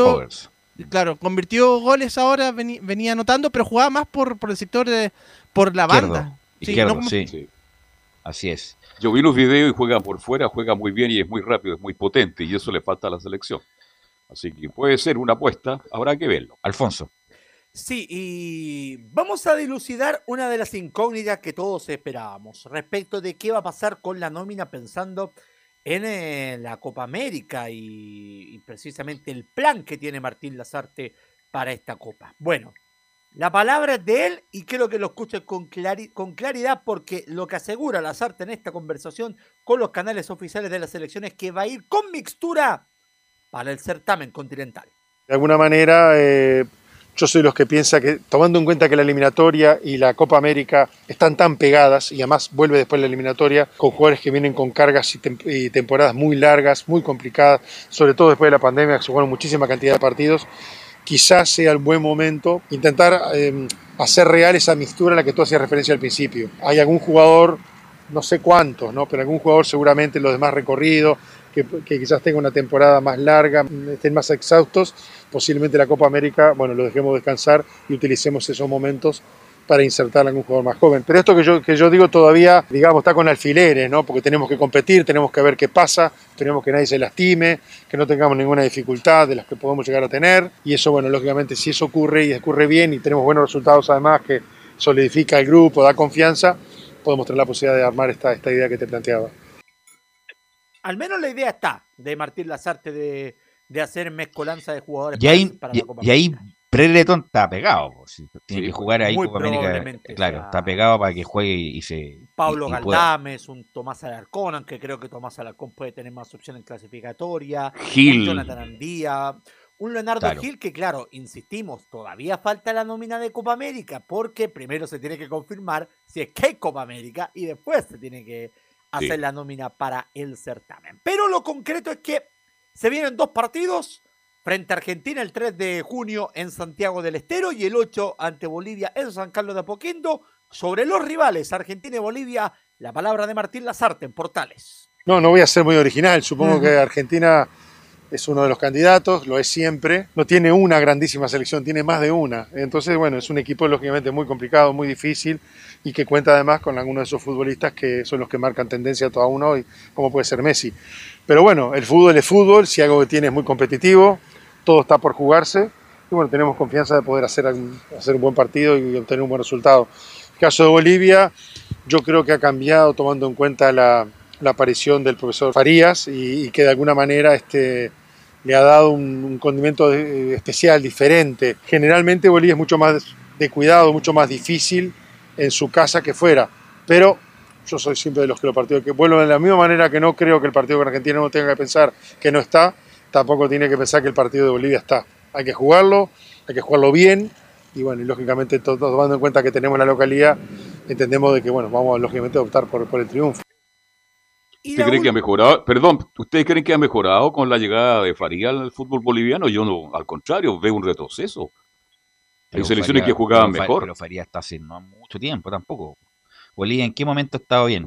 convirtió goles ahora, venía anotando, pero jugaba más por el sector por la banda.
Izquierdo, sí. Así es.
Yo vi los videos y juega por fuera, juega muy bien y es muy rápido, es muy potente y eso le falta a la selección. Así que puede ser una apuesta, habrá que verlo.
Alfonso.
Sí, y vamos a dilucidar una de las incógnitas que todos esperábamos respecto de qué va a pasar con la nómina pensando en la Copa América y precisamente el plan que tiene Martín Lasarte para esta Copa. Bueno, La palabra es de él y quiero que lo escuchen con claridad, porque lo que asegura Lasarte en esta conversación con los canales oficiales de la selección es que va a ir con mixtura para el certamen continental.
De alguna manera, yo soy los que piensa que, tomando en cuenta que la eliminatoria y la Copa América están tan pegadas, y además vuelve después la eliminatoria, con jugadores que vienen con cargas y temporadas muy largas, muy complicadas, sobre todo después de la pandemia, que se jugaron muchísima cantidad de partidos, quizás sea el buen momento intentar hacer real esa mixtura a la que tú hacías referencia al principio. Hay algún jugador, no sé cuántos, ¿no? Pero algún jugador seguramente los demás recorridos, que quizás tenga una temporada más larga, estén más exhaustos, posiblemente la Copa América, bueno, lo dejemos descansar y utilicemos esos momentos para insertar a algún jugador más joven. Pero esto que yo digo todavía, digamos, está con alfileres, ¿no? Porque tenemos que competir, tenemos que ver qué pasa, tenemos que nadie se lastime, que no tengamos ninguna dificultad de las que podemos llegar a tener. Y eso, bueno, lógicamente, si eso ocurre y ocurre bien y tenemos buenos resultados además, que solidifica el grupo, da confianza, podemos tener la posibilidad de armar esta idea que te planteaba.
Al menos la idea está de Martín Lasarte de hacer mezcolanza de jugadores
para la Copa América. Y ahí Brereton está pegado, tiene que jugar ahí Copa América, claro, está pegado para que juegue y se...
Pablo Galdames, un Tomás Alarcón, aunque creo que Tomás Alarcón puede tener más opciones en clasificatoria,
Gil,
un Jonathan Andía, un Leonardo Gil, que claro, insistimos, todavía falta la nómina de Copa América, porque primero se tiene que confirmar si es que hay Copa América y después se tiene que hacer la nómina para el certamen. Pero lo concreto es que se vienen 2 partidos frente a Argentina el 3 de junio en Santiago del Estero y el 8 ante Bolivia en San Carlos de Apoquindo. Sobre los rivales, Argentina y Bolivia, la palabra de Martín Lasarte en Portales.
No voy a ser muy original. Supongo que Argentina es uno de los candidatos, lo es siempre. No tiene una grandísima selección, tiene más de una. Entonces, bueno, es un equipo lógicamente muy complicado, muy difícil y que cuenta además con algunos de esos futbolistas que son los que marcan tendencia a toda uno hoy, como puede ser Messi. Pero bueno, el fútbol es fútbol, si algo que tiene es muy competitivo, todo está por jugarse y bueno, tenemos confianza de poder hacer un buen partido y obtener un buen resultado. El caso de Bolivia, yo creo que ha cambiado tomando en cuenta la aparición del profesor Farías y que de alguna manera le ha dado un condimento especial, diferente. Generalmente Bolivia es mucho más de cuidado, mucho más difícil en su casa que fuera, pero yo soy siempre de los que los partidos que vuelvo de la misma manera que no creo que el partido con Argentina no tenga que pensar que no está, tampoco tiene que pensar que el partido de Bolivia está. Hay que jugarlo bien y bueno, y lógicamente todos tomando en cuenta que tenemos la localidad, entendemos de que bueno, vamos lógicamente a optar por el triunfo.
¿Usted cree que ha mejorado? Perdón, ¿ustedes creen que ha mejorado con la llegada de Farías al fútbol boliviano? Yo no, al contrario, veo un retroceso. Hay selecciones que jugaban mejor.
Pero Farías está hace no mucho tiempo tampoco. Bolivia, ¿en qué momento ha estado bien?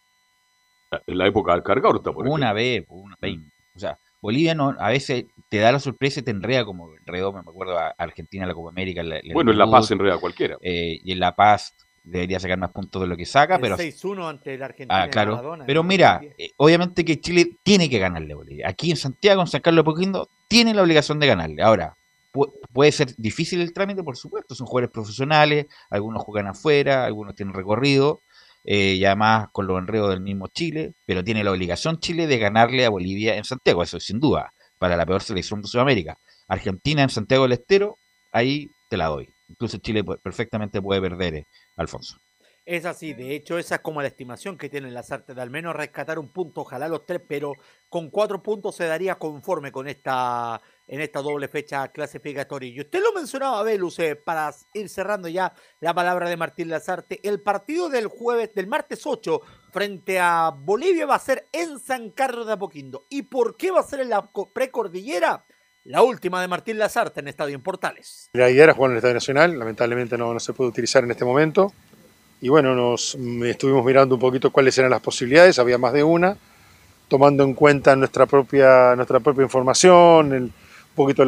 En la época del Cargorta, por
una vez. O sea, Bolivia no, a veces te da la sorpresa y te enreda, como enredó, me acuerdo, a Argentina en la Copa América.
Bueno, en La Paz enreda a cualquiera.
Y en La Paz debería sacar más puntos de lo que saca.
El
pero
6-1 ante la Argentina.
Claro.
Maradona,
pero mira, obviamente que Chile tiene que ganarle a Bolivia. Aquí en Santiago, en San Carlos de Apoquindo, tiene la obligación de ganarle. Ahora, puede ser difícil el trámite, por supuesto. Son jugadores profesionales, algunos juegan afuera, algunos tienen recorrido. Y además con los enredos del mismo Chile, pero tiene la obligación Chile de ganarle a Bolivia en Santiago, eso sin duda, para la peor selección de Sudamérica. Argentina en Santiago del Estero, ahí te la doy. Incluso Chile perfectamente puede perder, Alfonso.
Es así, de hecho esa es como la estimación que tienen Lasarte, de al menos rescatar un punto, ojalá los 3, pero con 4 puntos se daría conforme con en esta doble fecha clasificatoria. Y usted lo mencionaba, Velus, para ir cerrando ya la palabra de Martín Lasarte, el partido del martes 8 frente a Bolivia va a ser en San Carlos de Apoquindo. ¿Y por qué va a ser en la precordillera? La última de Martín Lasarte en Estadio en Portales.
La idea era jugar en el Estadio Nacional, lamentablemente no se puede utilizar en este momento. Y bueno, estuvimos mirando un poquito cuáles eran las posibilidades, había más de una, tomando en cuenta nuestra propia información, un poquito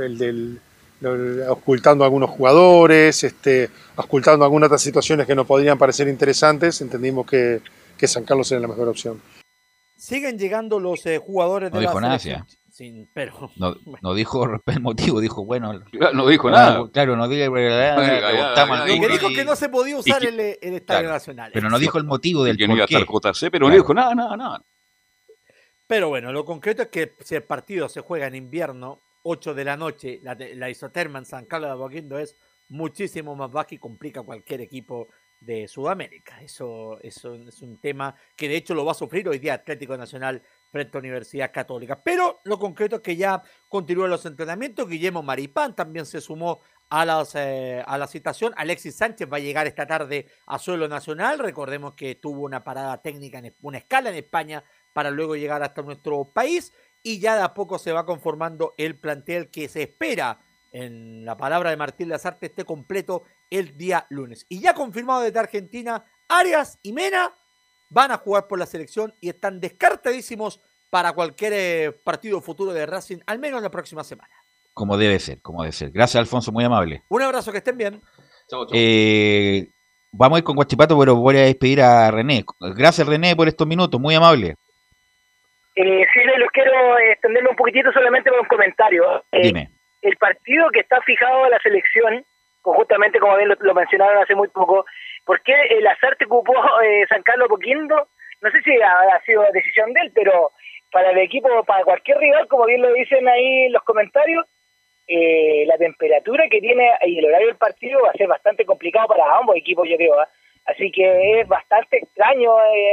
ocultando algunos jugadores, ocultando algunas otras situaciones que nos podrían parecer interesantes, entendimos que San Carlos era la mejor opción.
Siguen llegando los jugadores de
la
selección.
Pero no dijo el motivo, dijo bueno.
No dijo nada.
Claro, no dijo
que dijo que no se podía usar el Estadio Nacional.
Pero no dijo el motivo del
que no iba a estar JC, pero no dijo nada.
Pero bueno, lo concreto es que si el partido se juega en invierno, 8 de la noche, la isoterma en San Carlos de Apoquindo es muchísimo más baja y complica a cualquier equipo de Sudamérica. Eso es un tema que de hecho lo va a sufrir hoy día Atlético Nacional frente a Universidad Católica. Pero lo concreto es que ya continúan los entrenamientos. Guillermo Maripán también se sumó a la citación. Alexis Sánchez va a llegar esta tarde a suelo nacional. Recordemos que tuvo una parada técnica, una escala en España para luego llegar hasta nuestro país. Y ya de a poco se va conformando el plantel que se espera, en la palabra de Martín Lazarte, esté completo el día lunes. Y ya confirmado desde Argentina, Arias y Mena van a jugar por la selección y están descartadísimos para cualquier partido futuro de Racing, al menos la próxima semana.
Como debe ser, como debe ser. Gracias, Alfonso, muy amable.
Un abrazo, que estén bien.
Chao, chao.
Vamos a ir con Huachipato, pero voy a despedir a René. Gracias, René, por estos minutos, muy amable.
Sí, los quiero extenderme un poquitito solamente con un comentario.
Dime.
El partido que está fijado a la selección, justamente como bien lo mencionaron hace muy poco, ¿por qué el Lazarte ocupó San Carlos Apoquindo? No sé si ha sido decisión de él, pero para el equipo, para cualquier rival, como bien lo dicen ahí en los comentarios, la temperatura que tiene y el horario del partido va a ser bastante complicado para ambos equipos, yo creo. Así que es bastante extraño,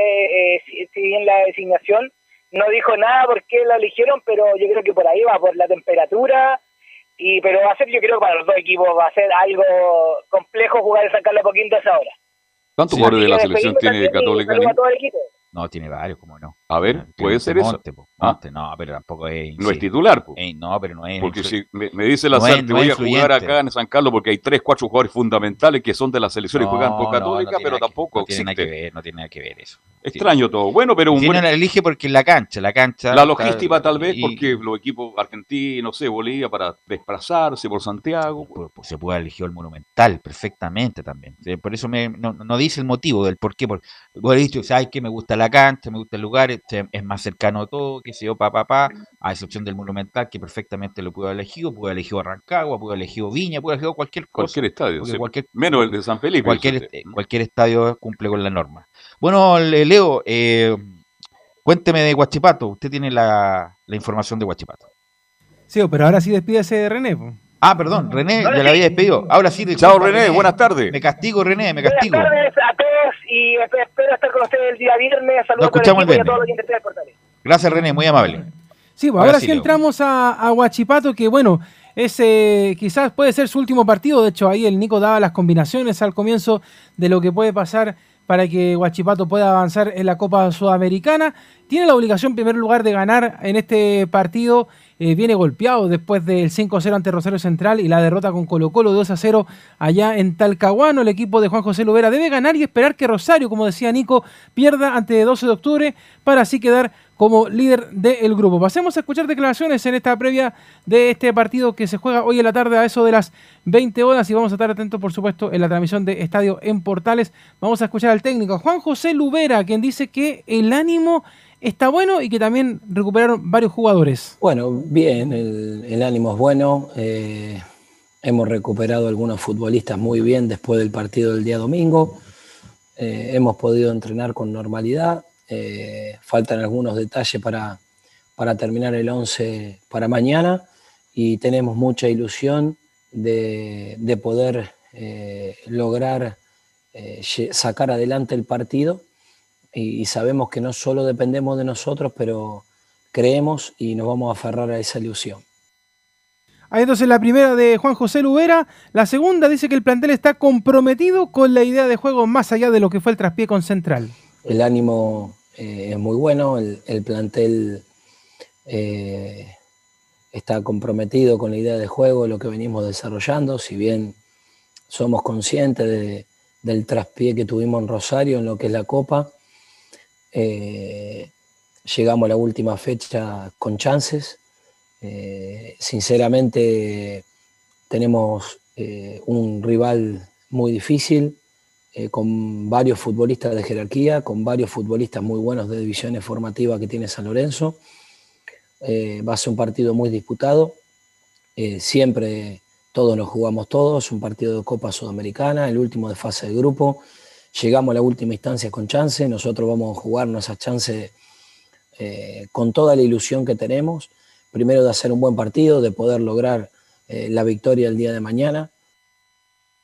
si bien la designación no dijo nada por qué la eligieron, pero yo creo que por ahí va, por la temperatura. Pero va a ser, yo creo que para los dos equipos va a ser algo complejo jugar en San Carlos Apoquindo a esa hora.
¿Cuántos jugadores de la selección tiene de Católica?
No, tiene varios, ¿cómo no?
A ver, puede ser eso.
Monte, no, pero tampoco es...
No es titular, po.
No, pero no es...
Porque si me dice Lazarte, voy a jugar acá en San Carlos porque hay 3, 4 jugadores fundamentales que son de la selección y juegan por Católica, pero tampoco
existe. No tiene nada que ver eso.
Extraño todo. Bueno, pero
un buen... la elige porque la cancha...
La logística tal vez, porque los equipos argentinos, no sé, Bolivia, para desplazarse por Santiago.
Pues se puede elegir el Monumental perfectamente también. Por eso no dice el motivo del por qué. Porque vos he dicho, ¿sabes qué? Me gusta la cancha, me gusta el lugar, es más cercano a todo, que se yo, a excepción del Monumental, que perfectamente lo pudo haber elegido Rancagua, pudo haber elegido Viña, pudo haber elegido cualquier cosa.
Cualquier estadio, menos el de San Felipe.
Cualquier estadio cumple con la norma. Bueno, Leo, cuénteme de Huachipato, usted tiene la información de Huachipato.
Sí, pero ahora sí despídese de René.
Perdón, René, ya la había despedido. Ahora sí.
Chao, René, buenas tardes.
Me castigo, René,
Buenas tardes a todos y espero estar con ustedes el día viernes. Saludos
a todos
los oyentes del portal.
Gracias, René, muy amable.
Sí, pues ahora sí entramos a Huachipato, que bueno, quizás puede ser su último partido. De hecho, ahí el Nico daba las combinaciones al comienzo de lo que puede pasar para que Huachipato pueda avanzar en la Copa Sudamericana. Tiene la obligación, en primer lugar, de ganar en este partido. Viene golpeado después del 5-0 ante Rosario Central y la derrota con Colo-Colo 2-0 allá en Talcahuano. El equipo de Juan José Lubera debe ganar y esperar que Rosario, como decía Nico, pierda ante 12 de octubre para así quedar como líder del grupo. Pasemos a escuchar declaraciones en esta previa de este partido que se juega hoy en la tarde a eso de las 20 horas y vamos a estar atentos, por supuesto, en la transmisión de Estadio en Portales. Vamos a escuchar al técnico Juan José Lubera, quien dice que el ánimo está bueno y que también recuperaron varios jugadores.
Bueno, bien, el ánimo es bueno. Hemos recuperado algunos futbolistas muy bien después del partido del día domingo. Hemos podido entrenar con normalidad. Faltan algunos detalles para terminar el 11 para mañana y tenemos mucha ilusión de poder lograr sacar adelante el partido y sabemos que no solo dependemos de nosotros, pero creemos y nos vamos a aferrar a esa ilusión.
Ahí entonces la primera de Juan José Lubera. La segunda dice que el plantel está comprometido con la idea de juego más allá de lo que fue el traspié con Central.
El ánimo es muy bueno, el plantel está comprometido con la idea de juego, lo que venimos desarrollando, si bien somos conscientes del traspié que tuvimos en Rosario en lo que es la Copa. Llegamos a la última fecha con chances. Sinceramente tenemos un rival muy difícil, con varios futbolistas de jerarquía, con varios futbolistas muy buenos de divisiones formativas que tiene San Lorenzo. Va a ser un partido muy disputado. Siempre todos nos jugamos todos, un partido de Copa Sudamericana, el último de fase de grupo. Llegamos a la última instancia con chance, nosotros vamos a jugarnos esas chances con toda la ilusión que tenemos. Primero de hacer un buen partido, de poder lograr la victoria el día de mañana.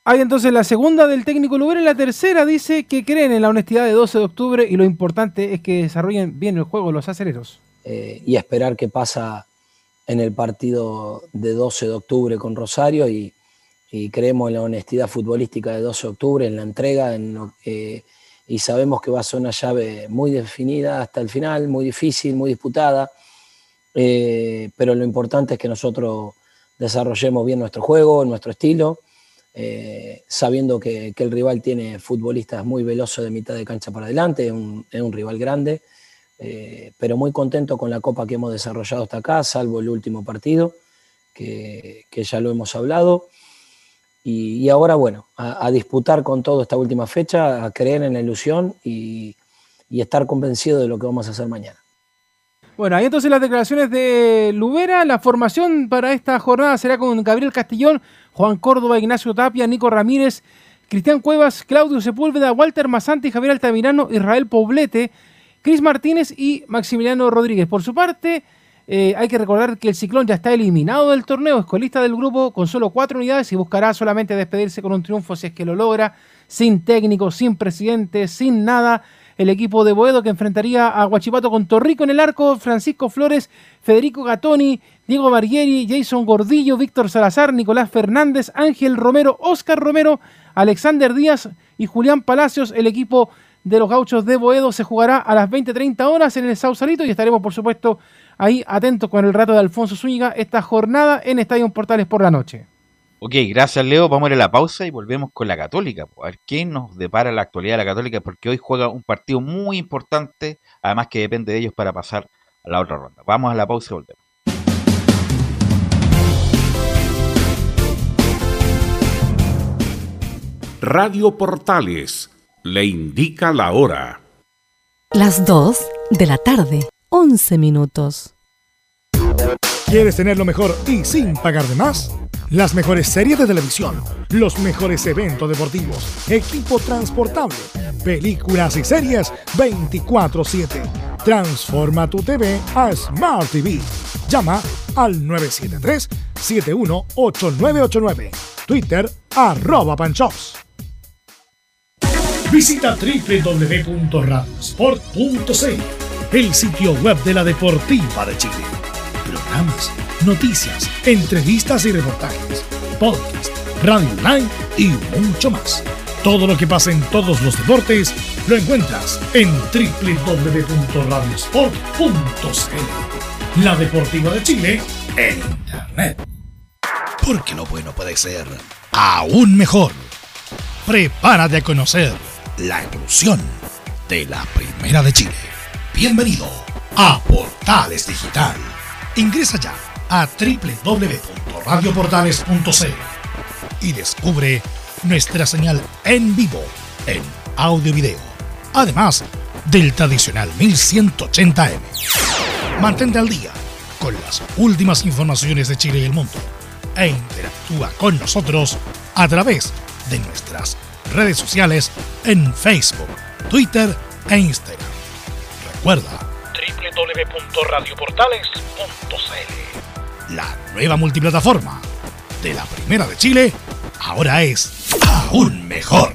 Hay entonces la segunda del técnico Lubera y la tercera dice que creen en la honestidad de 12 de octubre y lo importante es que desarrollen bien el juego los aceleros.
Y esperar qué pasa en el partido de 12 de octubre con Rosario y creemos en la honestidad futbolística de 12 de octubre, en la entrega, y sabemos que va a ser una llave muy definida hasta el final, muy difícil, muy disputada, pero lo importante es que nosotros desarrollemos bien nuestro juego, nuestro estilo, sabiendo que el rival tiene futbolistas muy veloces de mitad de cancha para adelante, es un rival grande, pero muy contento con la copa que hemos desarrollado hasta acá, salvo el último partido, que ya lo hemos hablado. Y ahora, bueno, a disputar con todo esta última fecha, a creer en la ilusión y estar convencido de lo que vamos a hacer mañana.
Bueno, ahí entonces las declaraciones de Lubera. La formación para esta jornada será con Gabriel Castellón, Juan Córdoba, Ignacio Tapia, Nico Ramírez, Cristian Cuevas, Claudio Sepúlveda, Walter Mazanti, Javier Altamirano, Israel Poblete, Cris Martínez y Maximiliano Rodríguez. Por su parte, hay que recordar que el Ciclón ya está eliminado del torneo, es colista del grupo con solo 4 unidades y buscará solamente despedirse con un triunfo si es que lo logra, sin técnico, sin presidente, sin nada. El equipo de Boedo que enfrentaría a Huachipato con Torrico en el arco, Francisco Flores, Federico Gattoni, Diego Barbieri, Jason Gordillo, Víctor Salazar, Nicolás Fernández, Ángel Romero, Óscar Romero, Alexander Díaz y Julián Palacios. El equipo de los Gauchos de Boedo se jugará a las 20:30 horas en el Sausalito y estaremos, por supuesto, ahí atentos con el rato de Alfonso Zúñiga esta jornada en Estadio Portales por la noche.
Ok, gracias Leo, vamos a ir a la pausa y volvemos con la Católica, a ver qué nos depara la actualidad de la Católica, porque hoy juega un partido muy importante, además que depende de ellos para pasar a la otra ronda. Vamos a la pausa y volvemos.
Radio Portales le indica la hora.
Las 2 de la tarde, 11 minutos.
¿Quieres tener lo mejor y sin pagar de más? Las mejores series de televisión, los mejores eventos deportivos, equipo transportable, películas y series 24/7. Transforma tu TV a Smart TV. Llama al 973-718989. Twitter @Panchops. Visita www.radiosport.cl, el sitio web de la Deportiva de Chile. Programas, noticias, entrevistas y reportajes, podcast, radio online y mucho más. Todo lo que pasa en todos los deportes lo encuentras en www.radiosport.cl. La Deportiva de Chile en Internet. Porque lo bueno puede ser aún mejor. Prepárate a conocer la evolución de la Primera de Chile. Bienvenido a Portales Digital. Ingresa ya a www.radioportales.cl y descubre nuestra señal en vivo, en audio y video, además del tradicional 1180M. Mantente al día con las últimas informaciones de Chile y el mundo e interactúa con nosotros a través de nuestras redes sociales en Facebook, Twitter e Instagram. Recuerda www.radioportales.cl. La nueva multiplataforma de la Primera de Chile ahora es aún mejor.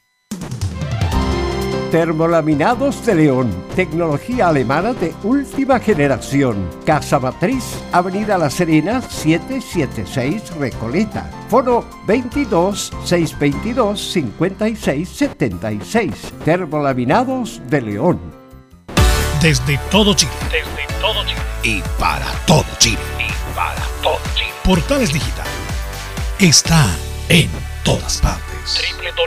Termolaminados de León, tecnología alemana de última generación. Casa Matriz, Avenida La Serena, 776 Recoleta. Foro 22 622 5676. Termolaminados de León.
Desde todo Chile. Y para todo Chile. Portales Digital está en todas partes.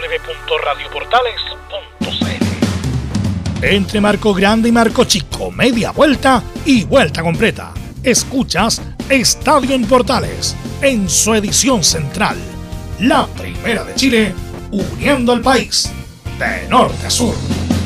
www.radioportales.cl. Entre marco grande y marco chico, media vuelta y vuelta completa. Escuchas Estadio en Portales en su edición central. La Primera de Chile, uniendo al país de norte a sur.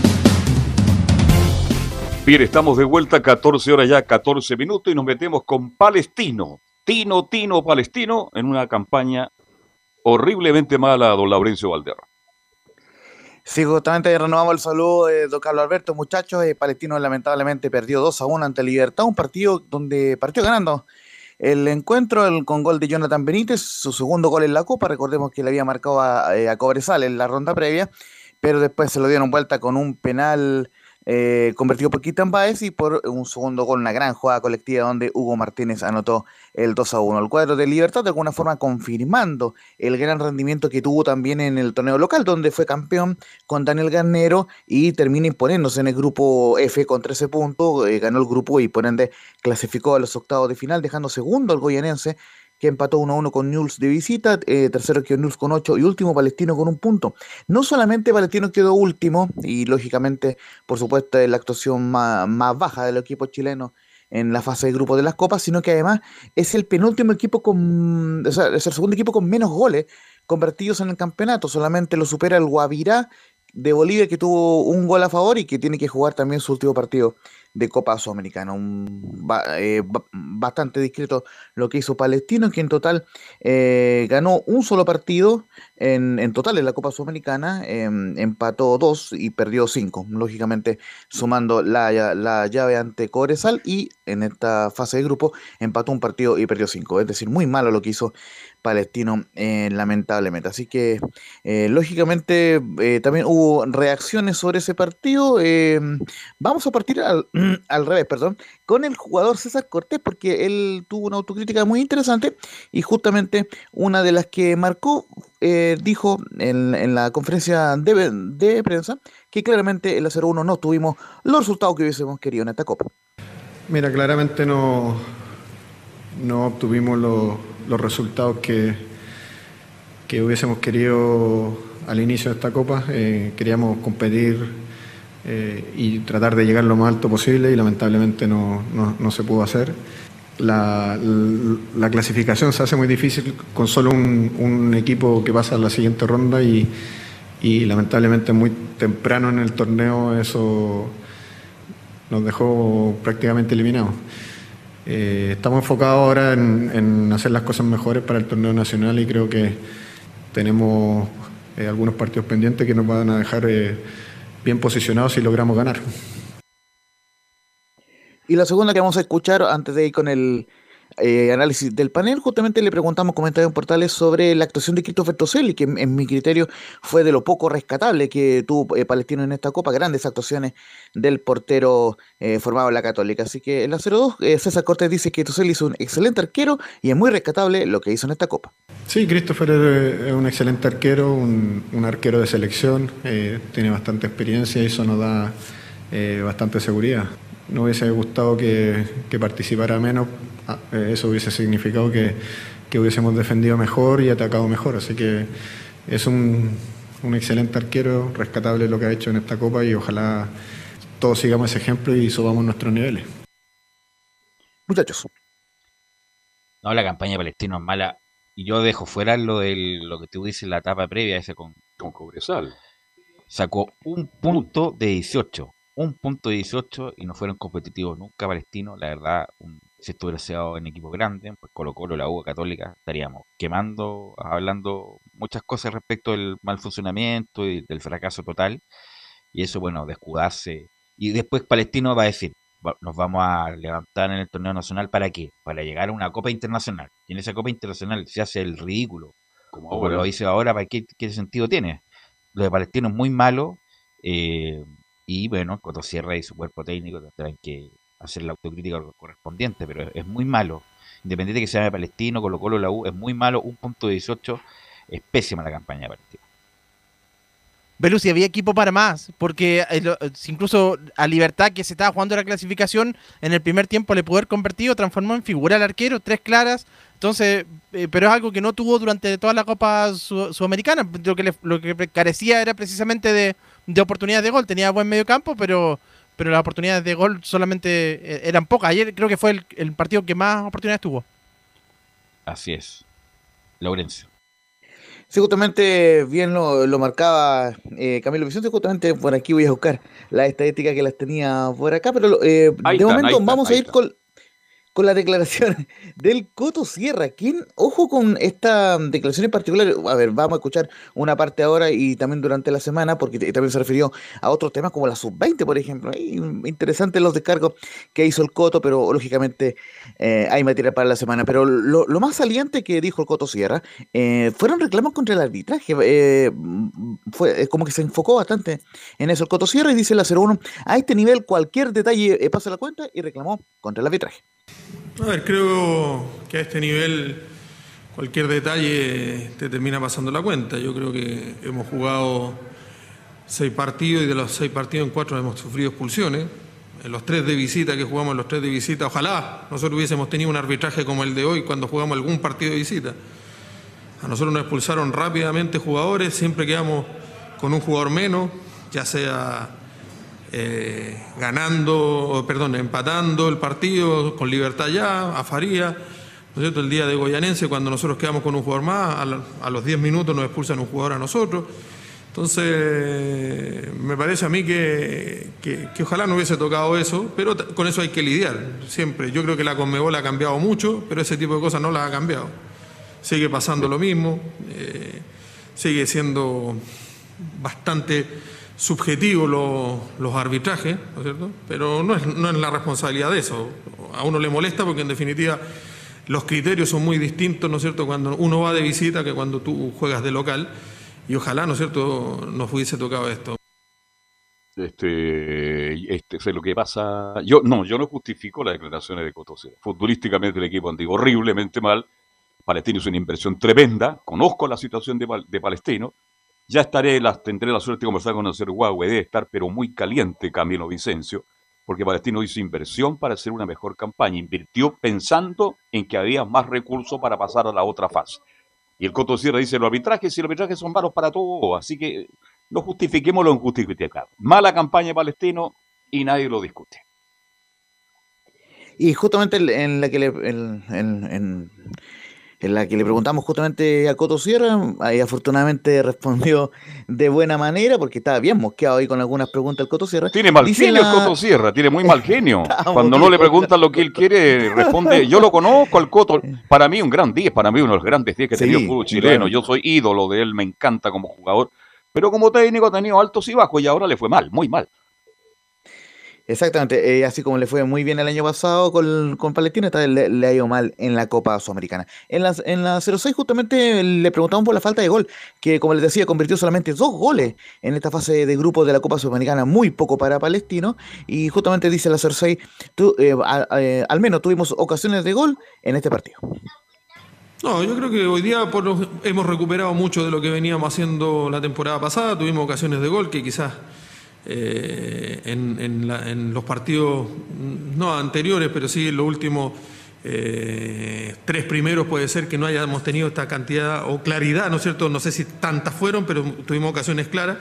Bien, estamos de vuelta, 14 horas ya, 14 minutos, y nos metemos con Palestino. Tino Palestino, en una campaña horriblemente mala a don Laurencio Valderrama.
Sí, justamente renovamos el saludo de don Carlos Alberto. Muchachos, Palestino lamentablemente perdió 2-1 ante Libertad, un partido donde partió ganando el encuentro con gol de Jonathan Benítez, su segundo gol en la Copa. Recordemos que le había marcado a Cobresal en la ronda previa, pero después se lo dieron vuelta con un penal convertido por Cristian Báez y por un segundo gol, una gran jugada colectiva donde Hugo Martínez anotó el 2-1. El cuadro de Libertad de alguna forma confirmando el gran rendimiento que tuvo también en el torneo local, donde fue campeón con Daniel Garnero y termina imponiéndose en el grupo F con 13 puntos, ganó el grupo y por ende clasificó a los octavos de final, dejando segundo al goyanense, que empató 1-1 con Newell's de visita, tercero quedó Newell's con 8 y último Palestino con 1 punto. No solamente Palestino quedó último, y lógicamente, por supuesto, es la actuación más baja del equipo chileno en la fase de grupo de las copas, sino que además es el penúltimo equipo es el segundo equipo con menos goles convertidos en el campeonato. Solamente lo supera el Guavirá de Bolivia, que tuvo un gol a favor y que tiene que jugar también su último partido de Copa Sudamericana. Bastante discreto lo que hizo Palestino, que en total ganó un solo partido en total en la Copa Sudamericana, empató 2 y perdió 5, lógicamente sumando la llave ante Cobresal, y en esta fase de grupo empató un partido y perdió 5, es decir, muy malo lo que hizo Palestino, lamentablemente. Así que lógicamente también hubo reacciones sobre ese partido. Vamos a partir al revés, perdón, con el jugador César Cortés, porque él tuvo una autocrítica muy interesante y justamente una de las que marcó, dijo en la conferencia de prensa que claramente en la 0-1 no tuvimos los resultados que hubiésemos querido en esta Copa.
Mira, claramente no obtuvimos los resultados que hubiésemos querido al inicio de esta Copa. Queríamos competir y tratar de llegar lo más alto posible y lamentablemente no se pudo hacer. La clasificación se hace muy difícil con solo un equipo que pasa a la siguiente ronda y lamentablemente muy temprano en el torneo eso nos dejó prácticamente eliminados. Estamos enfocados ahora en hacer las cosas mejores para el torneo nacional y creo que tenemos algunos partidos pendientes que nos van a dejar bien posicionados si logramos ganar.
Y la segunda que vamos a escuchar antes de ir con el análisis del panel, justamente le preguntamos comentarios en Portales sobre la actuación de Christopher Toselli, que en mi criterio fue de lo poco rescatable que tuvo Palestino en esta Copa. Grandes actuaciones del portero formado en la Católica. Así que en la 0-2 César Cortés dice que Toselli es un excelente arquero y es muy rescatable lo que hizo en esta Copa.
Sí, Christopher es un excelente arquero, un arquero de selección, tiene bastante experiencia y eso nos da bastante seguridad. No hubiese gustado que participara menos, eso hubiese significado que hubiésemos defendido mejor y atacado mejor, así que es un excelente arquero, rescatable lo que ha hecho en esta Copa y ojalá todos sigamos ese ejemplo y subamos nuestros niveles.
Muchachos.
No, la campaña de Palestino es mala y yo dejo fuera lo que tú dices en la etapa previa, ese con
Cobresal.
Sacó un punto de 18. Un punto de 18 y no fueron competitivos nunca Palestino. La verdad, si esto hubiera sido en equipo grande, pues Colo-Colo, la U, Católica, estaríamos hablando muchas cosas respecto del mal funcionamiento y del fracaso total. Y eso, bueno, de escudarse. Y después Palestino va a decir, nos vamos a levantar en el torneo nacional, ¿para qué? Para llegar a una Copa Internacional. Y en esa Copa Internacional se hace el ridículo. Como lo dice ahora, ¿para qué sentido tiene? Lo de Palestino es muy malo. Y bueno, Cotosierra y su cuerpo técnico tendrán que hacer la autocrítica correspondiente, pero es muy malo. Independiente que se llame Palestino, Colo-Colo, la U, es muy malo. Un punto de 18 es pésima la campaña de Palestino.
Belú, si había equipo para más, porque incluso a Libertad, que se estaba jugando la clasificación, en el primer tiempo le pudo haber convertido, transformó en figura al arquero, 3 claras, entonces, pero es algo que no tuvo durante toda la Copa Sudamericana. Lo que carecía era precisamente de oportunidades de gol. Tenía buen medio campo, pero las oportunidades de gol solamente eran pocas. Ayer creo que fue el partido que más oportunidades tuvo.
Así es. Laurencio.
Sí, justamente bien lo marcaba Camilo Vicente. Justamente por aquí voy a buscar las estadísticas que las tenía por acá, pero de momento vamos a ir con la declaración del Coto Sierra. ¿Quién? Ojo con esta declaración en particular. A ver, vamos a escuchar una parte ahora y también durante la semana, porque también se refirió a otros temas como la sub-20, por ejemplo. Interesantes los descargos que hizo el Coto, pero lógicamente hay material para la semana. Pero lo más saliente que dijo el Coto Sierra fueron reclamos contra el arbitraje. Fue como que se enfocó bastante en eso el Coto Sierra y dice la 01, a este nivel cualquier detalle pasa la cuenta, y reclamó contra el arbitraje.
A ver, creo que a este nivel cualquier detalle te termina pasando la cuenta. Yo creo que hemos jugado 6 partidos y de los 6 partidos en 4 hemos sufrido expulsiones. En los 3 de visita que jugamos, los 3 de visita, ojalá nosotros hubiésemos tenido un arbitraje como el de hoy cuando jugamos algún partido de visita. A nosotros nos expulsaron rápidamente jugadores, siempre quedamos con un jugador menos, ya sea empatando el partido con Libertad ya, a Faría, ¿no es cierto? El día de Goyanense, cuando nosotros quedamos con un jugador más, a los 10 minutos nos expulsan un jugador a nosotros. Entonces, me parece a mí que ojalá no hubiese tocado eso, pero con eso hay que lidiar siempre. Yo creo que la Conmebol ha cambiado mucho, pero ese tipo de cosas no las ha cambiado. Sigue pasando lo mismo, sigue siendo bastante subjetivos los arbitrajes, ¿no es cierto? Pero no es la responsabilidad de eso. A uno le molesta porque en definitiva los criterios son muy distintos, ¿no es cierto?, cuando uno va de visita que cuando tú juegas de local, y ojalá, ¿no es cierto?, nos hubiese tocado esto.
Sé lo que pasa. Yo no justifico las declaraciones de Coto Sierra. Futbolísticamente el equipo anda horriblemente mal. Palestino es una inversión tremenda. Conozco la situación de Palestino. Ya tendré la suerte de conversar con el señor Huawei, debe estar pero muy caliente Camilo Vicencio, porque Palestino hizo inversión para hacer una mejor campaña, invirtió pensando en que había más recursos para pasar a la otra fase. Y el Coto Sierra dice, los arbitrajes son malos para todos, así que no justifiquemos lo injustificable. Mala campaña de Palestino y nadie lo discute.
Y justamente en la que le preguntamos justamente a Coto Sierra, ahí afortunadamente respondió de buena manera, porque estaba bien mosqueado ahí con algunas preguntas el Coto Sierra.
Tiene mal genio el Coto Sierra, tiene muy mal genio. Cuando no le preguntan lo que él quiere, responde, yo lo conozco al Coto, para mí un gran 10, para mí uno de los grandes 10 que ha tenido el fútbol chileno, yo soy ídolo de él, me encanta como jugador, pero como técnico ha tenido altos y bajos y ahora le fue mal, muy mal.
Exactamente, así como le fue muy bien el año pasado con Palestino, esta vez le ha ido mal en la Copa Sudamericana. En la 06 justamente le preguntamos por la falta de gol, que como les decía, convirtió solamente 2 goles en esta fase de grupo de la Copa Sudamericana, muy poco para Palestino, y justamente dice la 06, al menos tuvimos ocasiones de gol en este partido.
No, yo creo que hoy día hemos recuperado mucho de lo que veníamos haciendo la temporada pasada, tuvimos ocasiones de gol que quizás en los partidos no anteriores, pero sí en los últimos 3 primeros puede ser que no hayamos tenido esta cantidad o claridad, ¿no es cierto? No sé si tantas fueron, pero tuvimos ocasiones claras.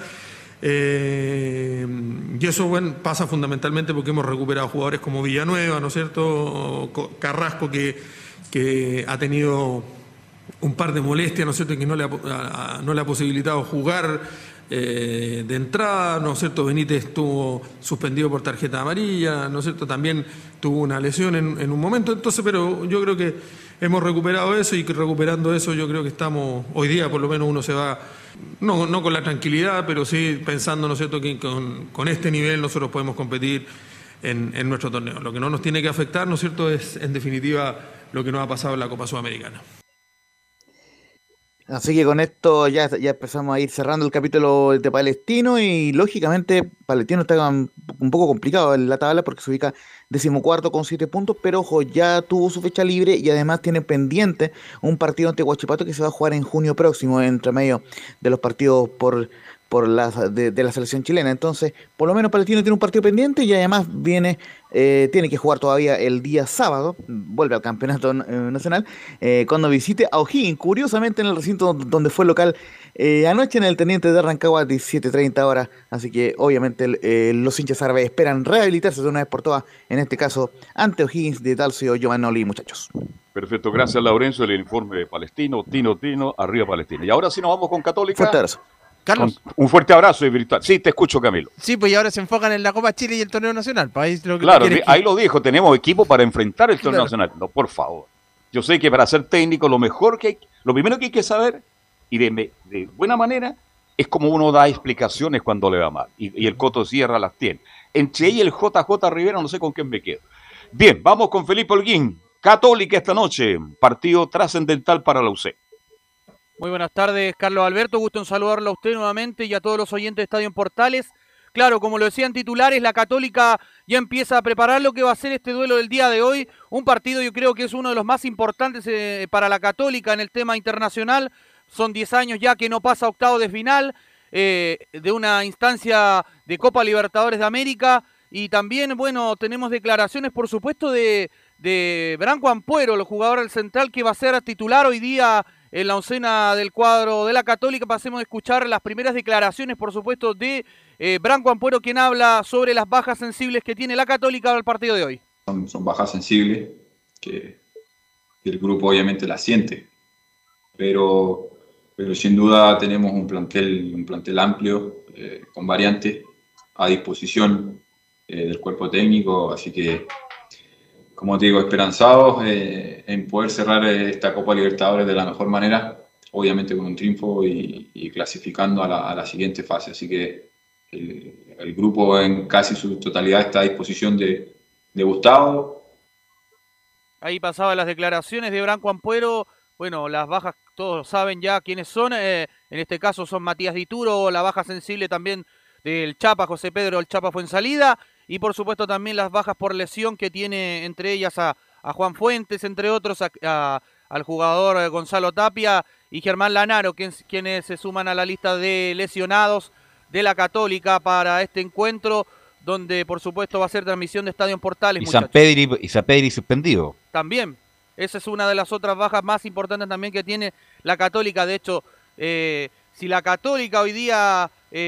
Y eso pasa fundamentalmente porque hemos recuperado jugadores como Villanueva, ¿no es cierto? Carrasco que ha tenido un par de molestias, ¿no es cierto?, que no le ha posibilitado jugar de entrada, ¿no es cierto? Benítez estuvo suspendido por tarjeta amarilla, ¿no es cierto? También tuvo una lesión en un momento, entonces, pero yo creo que hemos recuperado eso y que recuperando eso yo creo que estamos, hoy día por lo menos uno se va, no con la tranquilidad, pero sí pensando, ¿no es cierto?, que con este nivel nosotros podemos competir en nuestro torneo. Lo que no nos tiene que afectar, ¿no es cierto?, es en definitiva lo que nos ha pasado en la Copa Sudamericana.
Así que con esto ya empezamos a ir cerrando el capítulo de Palestino y lógicamente Palestino está un poco complicado en la tabla porque se ubica 14º con 7 puntos, pero ojo, ya tuvo su fecha libre y además tiene pendiente un partido ante Huachipato que se va a jugar en junio próximo, entre medio de los partidos de la selección chilena. Entonces, por lo menos Palestino tiene un partido pendiente y además tiene que jugar todavía el día sábado, vuelve al campeonato nacional, cuando visite a O'Higgins, curiosamente en el recinto donde fue local anoche en el Teniente de Rancagua a 17:30 horas. Así que obviamente los hinchas árabes esperan rehabilitarse de una vez por todas, en este caso ante O'Higgins de Talcio Giovanoli, muchachos.
Perfecto, gracias Laurencio, el informe de Palestino, Tino, arriba Palestino. Y ahora sí nos vamos con Católica.
Fuerte abrazo.
Carlos.
Un fuerte abrazo y virtual. Sí, te escucho, Camilo.
Sí, pues y ahora se enfocan en la Copa Chile y el torneo nacional. Pues ahí
claro, ahí lo dijo, tenemos equipo para enfrentar el torneo nacional. No, por favor. Yo sé que para ser técnico lo primero que hay que saber, y de buena manera, es como uno da explicaciones cuando le va mal. Y el Coto Sierra las tiene. Entre ella y el JJ Rivera, no sé con quién me quedo. Bien, vamos con Felipe Holguín. Católica esta noche, partido trascendental para la UC.
Muy buenas tardes, Carlos Alberto. Gusto en saludarlo a usted nuevamente y a todos los oyentes de Estadio en Portales. Claro, como lo decían titulares, la Católica ya empieza a preparar lo que va a ser este duelo del día de hoy. Un partido yo creo que es uno de los más importantes para la Católica en el tema internacional. Son 10 años ya que no pasa a octavos de final de una instancia de Copa Libertadores de América. Y también, bueno, tenemos declaraciones, por supuesto, de Branco Ampuero, el jugador del Central, que va a ser titular hoy día en la oncena del cuadro de la Católica. Pasemos a escuchar las primeras declaraciones, por supuesto, de Branco Ampuero, quien habla sobre las bajas sensibles que tiene la Católica al partido de hoy.
Son bajas sensibles que el grupo obviamente las siente, pero sin duda tenemos un plantel amplio, con variantes a disposición del cuerpo técnico, así que, como te digo, esperanzados en poder cerrar esta Copa Libertadores de la mejor manera, obviamente con un triunfo y clasificando a la siguiente fase. Así que el grupo en casi su totalidad está a disposición de Gustavo.
Ahí pasaban las declaraciones de Branco Ampuero. Bueno, las bajas todos saben ya quiénes son. En este caso son Matías Dituro, la baja sensible también del Chapa, José Pedro el Chapa Fuenzalida. Y por supuesto también las bajas por lesión que tiene entre ellas a Juan Fuentes, entre otros, al jugador Gonzalo Tapia y Germán Lanaro, quienes se suman a la lista de lesionados de la Católica para este encuentro, donde por supuesto va a ser transmisión de Estadio en Portales.
Y San Pedri suspendido.
También, esa es una de las otras bajas más importantes también que tiene la Católica. De hecho, si la Católica hoy día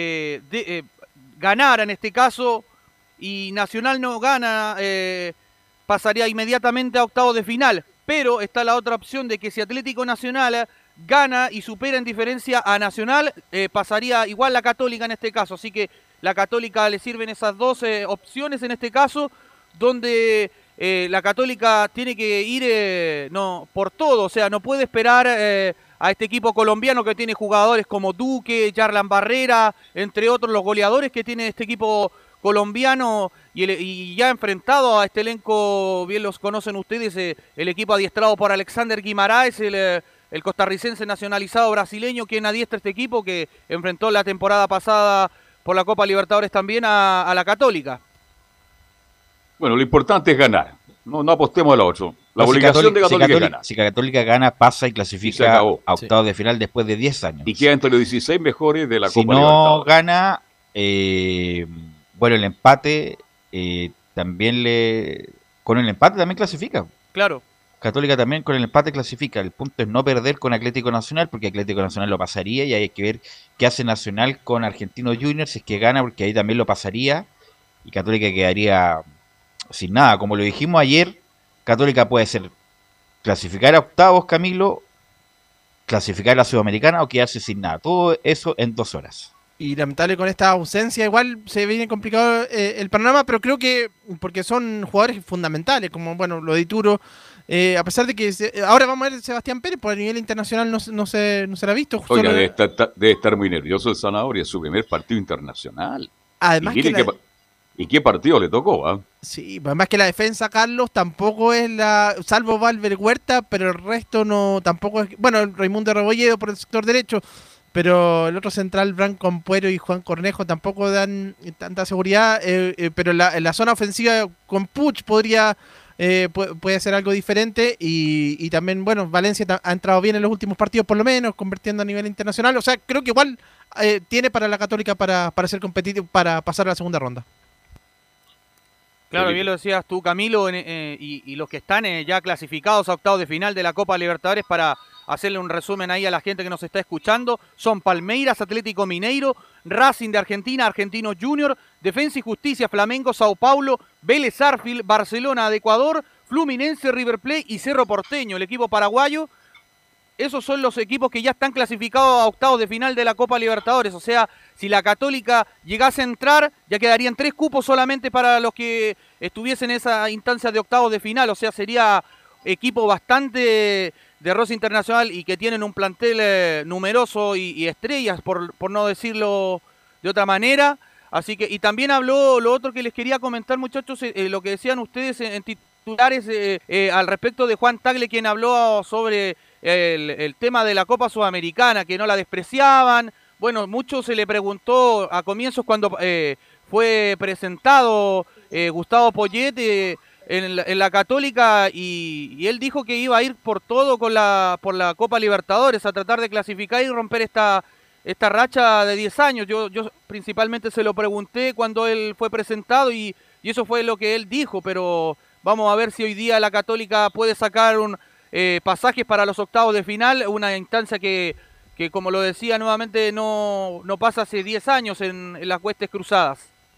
ganara en este caso y Nacional no gana, pasaría inmediatamente a octavos de final. Pero está la otra opción de que si Atlético Nacional gana y supera en diferencia a Nacional, pasaría igual la Católica en este caso. Así que la Católica le sirven esas dos opciones en este caso, donde la Católica tiene que ir por todo. O sea, no puede esperar a este equipo colombiano que tiene jugadores como Duque, Yarlan Barrera, entre otros los goleadores que tiene este equipo colombiano, y ya enfrentado a este elenco, bien los conocen ustedes, el equipo adiestrado por Alexander Guimaraes, el costarricense nacionalizado brasileño, quien adiestra este equipo que enfrentó la temporada pasada por la Copa Libertadores también a la Católica.
Bueno, lo importante es ganar, no apostemos a lo otro. La obligación de Católica es ganar.
Si Católica gana, pasa y clasifica a octavos de final después de 10 años.
Y queda entre los 16 mejores de la Copa
Libertadores. Si no gana, bueno, el empate con el empate también clasifica.
Claro.
Católica también con el empate clasifica. El punto es no perder con Atlético Nacional, porque Atlético Nacional lo pasaría y hay que ver qué hace Nacional con Argentinos Juniors si es que gana, porque ahí también lo pasaría y Católica quedaría sin nada. Como lo dijimos ayer, Católica puede ser clasificar a octavos, Camilo, clasificar a la Sudamericana o quedarse sin nada. Todo eso en 2 horas.
Y lamentable con esta ausencia, igual se viene complicado el panorama, pero creo que porque son jugadores fundamentales, como bueno, lo de Dituro, a pesar de que ahora vamos a ver Sebastián Pérez, por el nivel internacional no se la ha visto.
Oiga, debe estar muy nervioso el Zanahoria, es su primer partido internacional.
Además
¿Y qué partido le tocó? ¿Ah?
Sí, además que la defensa, Carlos, tampoco es salvo Valver Huerta, pero el resto tampoco es, bueno, Raimundo Rebolledo por el sector derecho, pero el otro central, Branco Ampuero y Juan Cornejo, tampoco dan tanta seguridad, pero en la zona ofensiva con Puch puede hacer algo diferente, y también, bueno, Valencia ha entrado bien en los últimos partidos, por lo menos, convirtiendo a nivel internacional. O sea, creo que igual tiene para la Católica para ser competitivo, para pasar a la segunda ronda.
Claro, bien lo decías tú, Camilo, y los que están ya clasificados a octavos de final de la Copa Libertadores, para hacerle un resumen ahí a la gente que nos está escuchando, son Palmeiras, Atlético Mineiro, Racing de Argentina, Argentinos Junior, Defensa y Justicia, Flamengo, Sao Paulo, Vélez Sarsfield, Barcelona de Ecuador, Fluminense, River Plate y Cerro Porteño, el equipo paraguayo. esos son los equipos que ya están clasificados a octavos de final de la Copa Libertadores. O sea, si la Católica llegase a entrar, ya quedarían 3 cupos solamente para los que estuviesen en esa instancia de octavos de final. O sea, sería equipo bastante de roce internacional y que tienen un plantel numeroso y estrellas, por no decirlo de otra manera. Así que, y también habló lo otro que les quería comentar, muchachos, lo que decían ustedes en titulares al respecto de Juan Tagle, quien habló sobre el tema de la Copa Sudamericana, que no la despreciaban. Bueno, mucho se le preguntó a comienzos cuando fue presentado Gustavo Poyet en la Católica y él dijo que iba a ir por todo por la Copa Libertadores, a tratar de clasificar y romper esta racha de 10 años. Yo principalmente se lo pregunté cuando él fue presentado y eso fue lo que él dijo, pero vamos a ver si hoy día la Católica puede sacar pasajes para los octavos de final, una instancia que como lo decía nuevamente no pasa hace 10 años en las huestes cruzadas.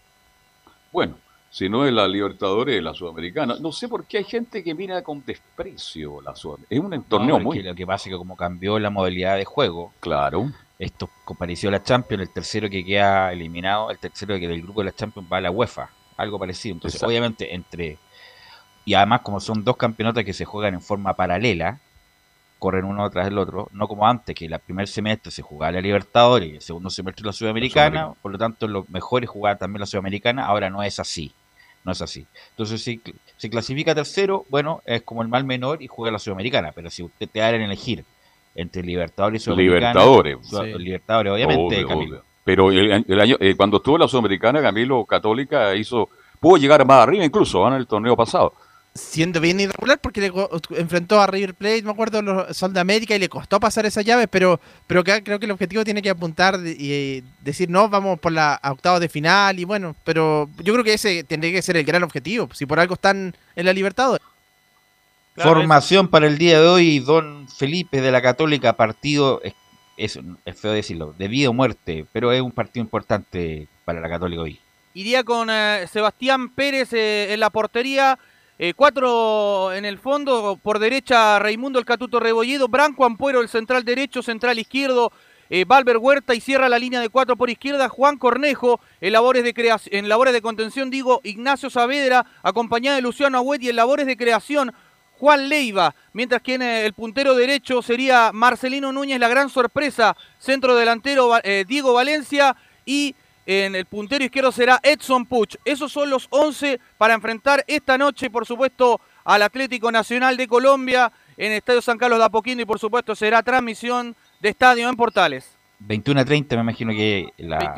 Bueno, si no es la Libertadores, es la Sudamericana. No sé por qué hay gente que mira con desprecio la Sudamericana. Es un torneo muy...
Lo que pasa es que como cambió la modalidad de juego... Claro. Esto pareció a la Champions, el tercero que queda eliminado, el tercero que del grupo de la Champions va a la UEFA, algo parecido. Entonces, exacto, obviamente, y además como son 2 campeonatos que se juegan en forma paralela, corren uno tras el otro, no como antes, que el primer semestre se jugaba la Libertadores y el segundo semestre la Sudamericana, por lo tanto los mejores jugaban también la Sudamericana, ahora no es así. Entonces, si se clasifica tercero, bueno, es como el mal menor y juega la Sudamericana, pero si usted te da en elegir entre Libertadores y Sudamericana. Libertadores, obviamente, obvio,
Camilo. Obvio. Pero el año, cuando estuvo la Sudamericana, Camilo, Católica pudo llegar más arriba incluso en el torneo pasado.
Siendo bien irregular porque le enfrentó a River Plate, me acuerdo, los Sol de América y le costó pasar esa llave, pero creo que el objetivo tiene que apuntar y decir, no, vamos por la octavos de final y bueno, pero yo creo que ese tendría que ser el gran objetivo, si por algo están en la Libertadores.
Claro, formación para el día de hoy, don Felipe de la Católica, partido, es feo decirlo, de vida o muerte, pero es un partido importante para la Católica hoy.
Iría con Sebastián Pérez en la portería, 4 en el fondo, por derecha Raimundo el Catuto Rebolledo, Branco Ampuero el central derecho, central izquierdo, Valver Huerta y cierra la línea de 4 por izquierda Juan Cornejo, en labores de contención Ignacio Saavedra, acompañado de Luciano Agüet y en labores de creación Juan Leiva, mientras que en el puntero derecho sería Marcelino Núñez, la gran sorpresa, centro delantero Diego Valencia y en el puntero izquierdo será Edson Puch. Esos son los 11 para enfrentar esta noche, por supuesto, al Atlético Nacional de Colombia en el Estadio San Carlos de Apoquindo y por supuesto será transmisión de estadio en Portales.
21:30 me imagino que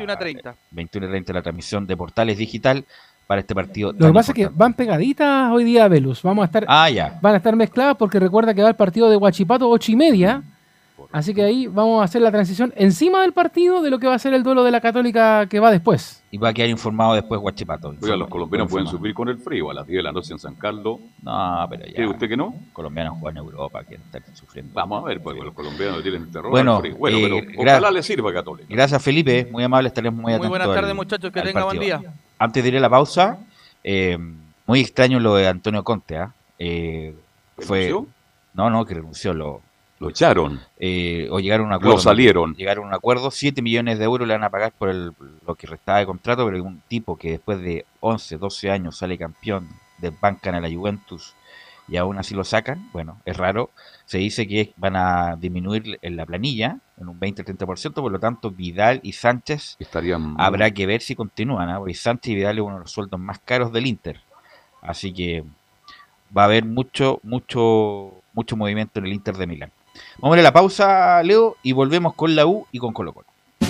21:30
la transmisión de Portales Digital para este partido.
Lo que pasa es que van pegaditas hoy día, Velus. Van a estar mezcladas porque recuerda que va el partido de Huachipato 8:30. Así que ahí vamos a hacer la transición encima del partido de lo que va a ser el duelo de la Católica que va después.
Y va a quedar informado después Huachipato.
Oiga, los colombianos pueden sufrir con el frío a las 10 de la noche en San Carlos.
No, pero ya.
¿Cree usted que no?
Colombianos juegan en Europa, que están sufriendo.
Vamos a ver, porque los colombianos tienen terror
bueno,
al frío. Bueno, pero ojalá le sirva a Católica.
Gracias, Felipe. Muy amable, estaremos muy atentos.
Muy buenas tardes, muchachos. Que tengan buen día.
Antes de ir a la pausa, muy extraño lo de Antonio Conte.
¿Renunció?
No, que renunció.
Lo echaron.
O llegaron a un acuerdo.
Lo salieron.
Llegaron a un acuerdo. 7 millones de euros le van a pagar por lo que restaba de contrato, pero un tipo que después de 11, 12 años sale campeón, desbancan a la Juventus y aún así lo sacan. Bueno, es raro. Se dice que van a disminuir en la planilla en un 20-30%, por lo tanto Vidal y Sánchez habrá que ver si continúan. Porque Sánchez y Vidal es uno de los sueldos más caros del Inter. Así que va a haber mucho movimiento en el Inter de Milán. Vamos a la pausa, Leo, y volvemos con la U y con Colo-Colo.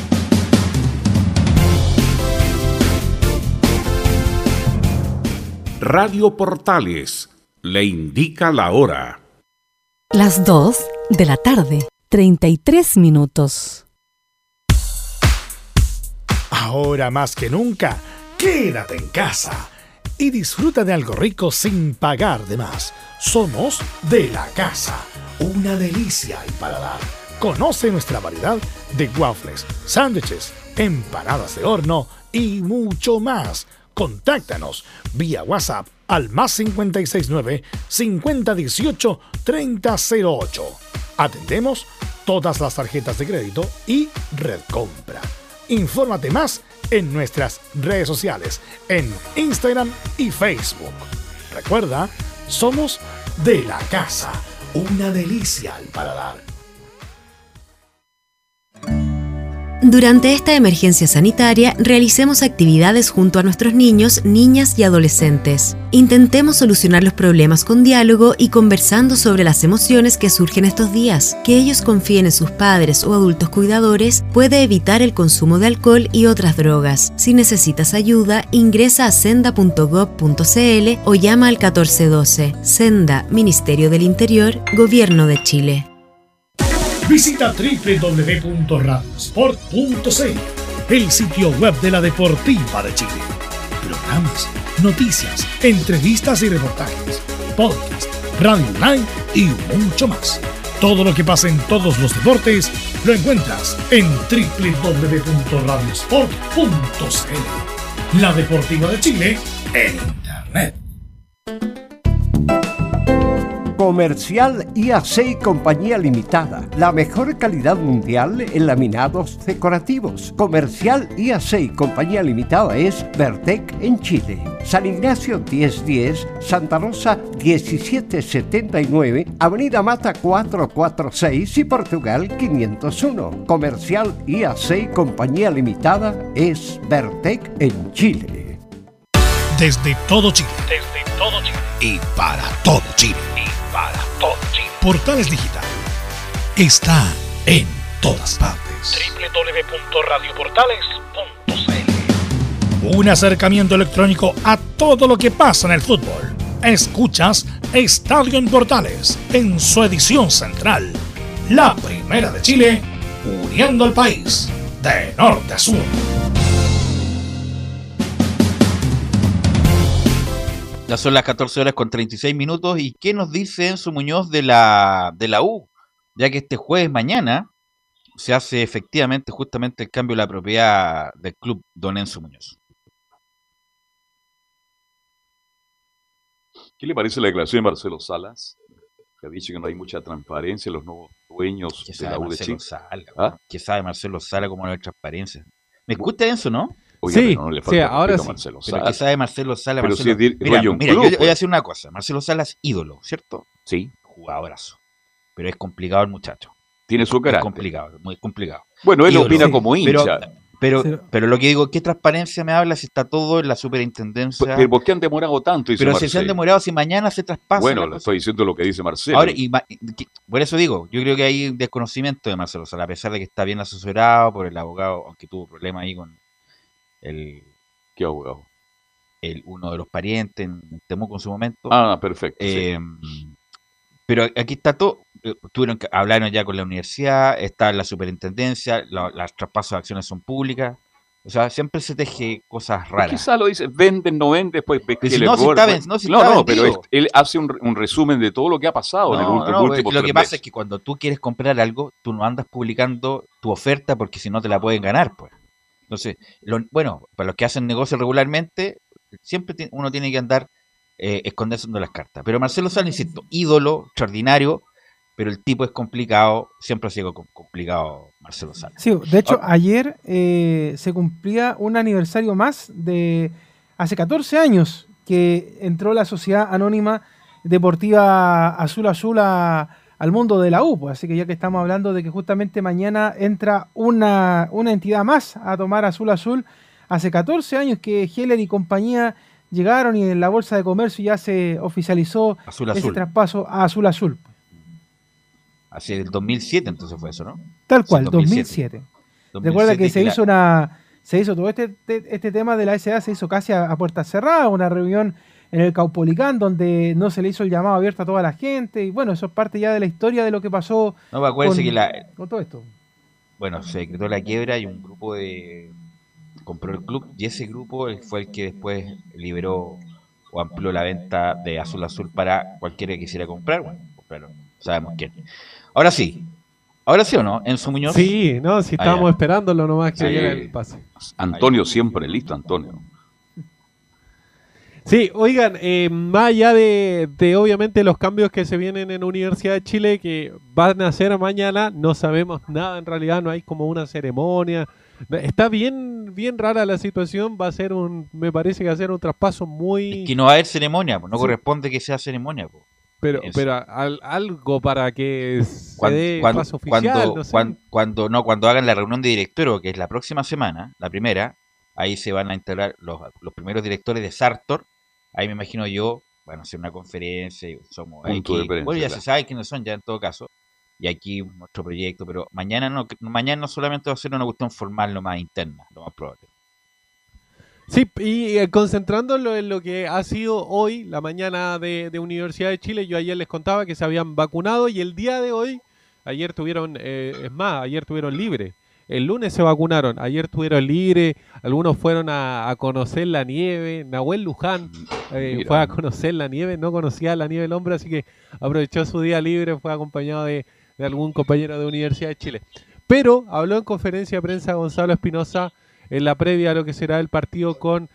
Radio Portales le indica la hora.
Las 2 de la tarde, 33 minutos.
Ahora más que nunca, quédate en casa y disfruta de algo rico sin pagar de más. Somos de la casa, una delicia al paladar. Conoce nuestra variedad de waffles, sándwiches, empanadas de horno y mucho más. Contáctanos vía WhatsApp al +569 5018 3008. Atendemos todas las tarjetas de crédito y Red Compra. Infórmate más en nuestras redes sociales, en Instagram y Facebook. Recuerda, somos de la casa, una delicia al paladar.
Durante esta emergencia sanitaria, realicemos actividades junto a nuestros niños, niñas y adolescentes. Intentemos solucionar los problemas con diálogo y conversando sobre las emociones que surgen estos días. Que ellos confíen en sus padres o adultos cuidadores puede evitar el consumo de alcohol y otras drogas. Si necesitas ayuda, ingresa a senda.gov.cl o llama al 1412. Senda, Ministerio del Interior, Gobierno de Chile.
Visita www.radiosport.cl, el sitio web de la Deportiva de Chile. Programas, noticias, entrevistas y reportajes, podcast, radio online y mucho más. Todo lo que pasa en todos los deportes lo encuentras en www.radiosport.cl. La Deportiva de Chile en Internet.
Comercial IAC y Compañía Limitada. La mejor calidad mundial en laminados decorativos. Comercial IAC y Compañía Limitada es Vertec en Chile. San Ignacio 1010, Santa Rosa 1779, Avenida Mata 446 y Portugal 501. Comercial IAC y Compañía Limitada es Vertec en Chile.
Desde todo Chile. Y para todo Chile. Portales Digital está en todas partes. www.radioportales.cl. Un acercamiento electrónico a todo lo que pasa en el fútbol. Escuchas Estadio en Portales en su edición central. La primera de Chile, uniendo al país de norte a sur.
Ya son las 14 horas con 36 minutos. ¿Y qué nos dice Enzo Muñoz de la U? Ya que este jueves mañana se hace efectivamente justamente el cambio de la propiedad del club, don Enzo Muñoz.
¿Qué le parece la declaración de Marcelo Salas? Que ha dicho que no hay mucha transparencia en los nuevos dueños de la U de Chile.
¿Qué sabe Marcelo Salas cómo no hay transparencia? ¿Me escucha Enzo, no?
Oiga, sí, no le falta
ahora sí.
Marcelo
Pero ¿qué sabe Marcelo Salas?
Pero
Marcelo...
si
mira,
yo
voy a decir una cosa. Marcelo Salas, ídolo, ¿cierto?
Sí.
Jugadorazo. Pero es complicado el muchacho.
Tiene su carácter.
Es complicado, muy complicado.
Bueno, él opina como hincha.
Pero lo que digo, ¿qué transparencia me habla si está todo en la superintendencia?
¿Pero por qué han demorado tanto?
Pero si se han demorado, si mañana se traspasa.
Bueno, le estoy diciendo lo que dice Marcelo.
Ahora, por eso digo, yo creo que hay un desconocimiento de Marcelo Salas, a pesar de que está bien asesorado por el abogado, aunque tuvo problemas ahí con el...
¿Qué abogado?
Uno de los parientes en Temuco en su momento.
Ah, perfecto.
Sí. Pero aquí está todo. Hablaron ya con la universidad, está la superintendencia, los traspasos de acciones son públicas. O sea, siempre se teje cosas raras.
Quizás lo dice, venden, no venden, después
pero
él hace un resumen de todo lo que ha pasado en el último
lo que pasa es que cuando tú quieres comprar algo, tú no andas publicando tu oferta porque si no te la pueden ganar, pues. Entonces, para los que hacen negocio regularmente, siempre uno tiene que andar escondiendo las cartas. Pero Marcelo Salas, insisto, ídolo, extraordinario, pero el tipo es complicado, siempre ha sido complicado Marcelo Salas.
Sí, de hecho, ayer se cumplía un aniversario más de hace 14 años que entró la Sociedad Anónima Deportiva Azul al mundo de la U, pues. Así que ya que estamos hablando de que justamente mañana entra una entidad más a tomar Azul, hace 14 años que Heller y compañía llegaron y en la Bolsa de Comercio ya se oficializó ese traspaso a Azul.
Hacia el 2007 entonces fue eso, ¿no?
Tal cual, 2007. Recuerda que se hizo todo este tema de la SA, se hizo casi a puertas cerradas, una reunión en el Caupolicán, donde no se le hizo el llamado abierto a toda la gente, y bueno, eso es parte ya de la historia de lo que pasó con todo esto.
Bueno, se decretó la quiebra y un grupo compró el club, y ese grupo fue el que después liberó o amplió la venta de Azul para cualquiera que quisiera comprar. Bueno, compraron, sabemos quién. Ahora sí o no, Enzo Muñoz.
Sí, estábamos esperándolo nomás que diera el pase.
Antonio siempre listo, Antonio.
Sí, oigan, más allá de obviamente los cambios que se vienen en Universidad de Chile, que van a ser mañana, no sabemos nada, en realidad no hay como una ceremonia. Está bien rara la situación, me parece que va a ser un traspaso muy...
Es que no va a haber ceremonia, no
Sí.
corresponde que sea ceremonia.
Pero algo para que se dé paso oficial, no sé.
Cuando hagan la reunión de directorio, que es la próxima semana, la primera, ahí se van a integrar los primeros directores de Sartor. Ahí me imagino yo, van a hacer una conferencia, somos
Punto de prensa,
bueno, ya
claro.
se sabe quiénes son ya en todo caso, y aquí nuestro proyecto, pero mañana no solamente va a ser una cuestión formal, lo más interna, lo más probable.
Sí, y concentrándolo en lo que ha sido hoy, la mañana de Universidad de Chile, yo ayer les contaba que se habían vacunado y el día de hoy, ayer tuvieron libre. El lunes se vacunaron, ayer tuvieron libre, algunos fueron a conocer la nieve, Nahuel Luján fue a conocer la nieve, no conocía la nieve el hombre, así que aprovechó su día libre, fue acompañado de algún compañero de Universidad de Chile. Pero habló en conferencia de prensa Gonzalo Espinosa en la previa a lo que será el partido con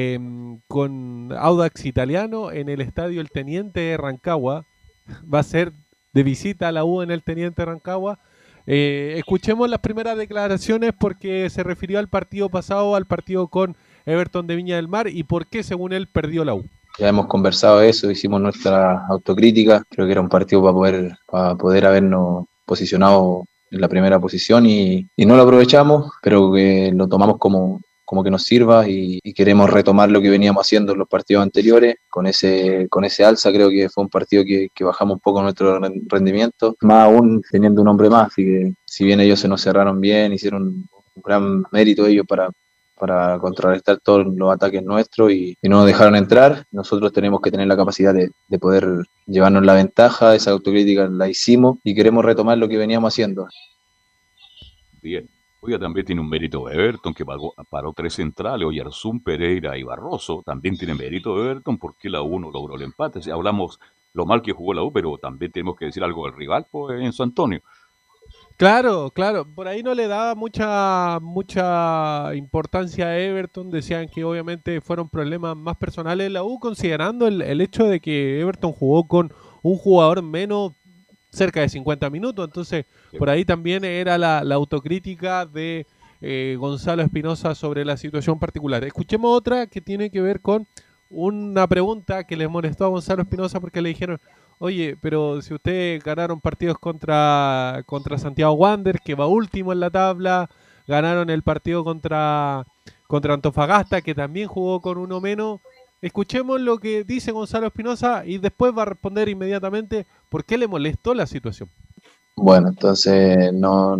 Audax Italiano en el estadio El Teniente de Rancagua. Va a ser de visita a la U en el Teniente de Rancagua. Escuchemos las primeras declaraciones porque se refirió al partido pasado, al partido con Everton de Viña del Mar y por qué según él perdió la U.
Ya hemos conversado eso, hicimos nuestra autocrítica, creo que era un partido para poder habernos posicionado en la primera posición y no lo aprovechamos, pero que lo tomamos como que nos sirva y queremos retomar lo que veníamos haciendo en los partidos anteriores. Con ese alza creo que fue un partido que bajamos un poco nuestro rendimiento, más aún teniendo un hombre más, así que si bien ellos se nos cerraron bien, hicieron un gran mérito ellos para contrarrestar todos los ataques nuestros y no nos dejaron entrar. Nosotros tenemos que tener la capacidad de poder llevarnos la ventaja, esa autocrítica la hicimos y queremos retomar lo que veníamos haciendo.
Bien. Oiga, también tiene un mérito Everton, que paró 3 centrales, Oyarzún, Pereira y Barroso. También tiene mérito Everton porque la U no logró el empate. O sea, hablamos lo mal que jugó la U, pero también tenemos que decir algo del rival pues, en San Antonio.
Claro, por ahí no le daba mucha importancia a Everton, decían que obviamente fueron problemas más personales de la U, considerando el hecho de que Everton jugó con un jugador menos cerca de 50 minutos, entonces por ahí también era la autocrítica de Gonzalo Espinosa sobre la situación particular. Escuchemos otra que tiene que ver con una pregunta que le molestó a Gonzalo Espinosa porque le dijeron: oye, pero si ustedes ganaron partidos contra Santiago Wanderers, que va último en la tabla, ganaron el partido contra Antofagasta, que también jugó con uno menos. Escuchemos lo que dice Gonzalo Espinosa y después va a responder inmediatamente por qué le molestó la situación.
Bueno, entonces no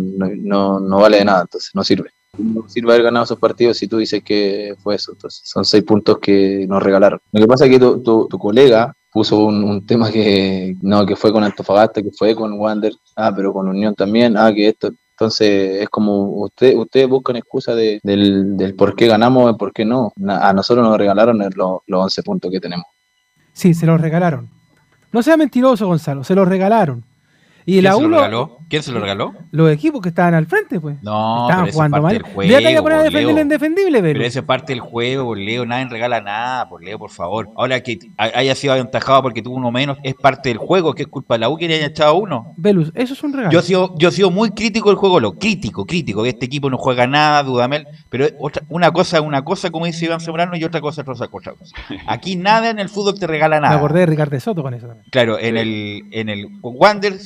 vale de nada, entonces no sirve. No sirve haber ganado esos partidos si tú dices que fue eso. Entonces son 6 puntos que nos regalaron. Lo que pasa es que tu colega puso un tema que fue con Antofagasta, que fue con Wander, pero con Unión también, que esto. Entonces es como ustedes buscan excusa del por qué ganamos y por qué no. A nosotros nos regalaron los 11 puntos que tenemos.
Sí, se los regalaron. No sea mentiroso, Gonzalo, se los regalaron. Y
¿Quién se lo regaló? ¿Quién se lo regaló?
Los equipos que estaban al frente, pues.
No,
estaban
pero
jugando mal.
Juego,
ya te voy a poner a defender lo indefendible,
pero eso es parte del juego, por Leo. Nadie regala nada, por Leo, por favor. Ahora que haya sido aventajado porque tuvo uno menos, es parte del juego, que es culpa de la U que le haya echado uno.
Velus, eso es un regalo.
Yo he sido muy crítico del juego, crítico, que este equipo no juega nada, Dudamel, pero una cosa es una cosa, como dice Iván Zamorano, y otra cosa es otra cosa. Aquí nada en el fútbol te regala nada.
Me acordé de Ricardo Soto con eso también.
Claro, en el Wanderers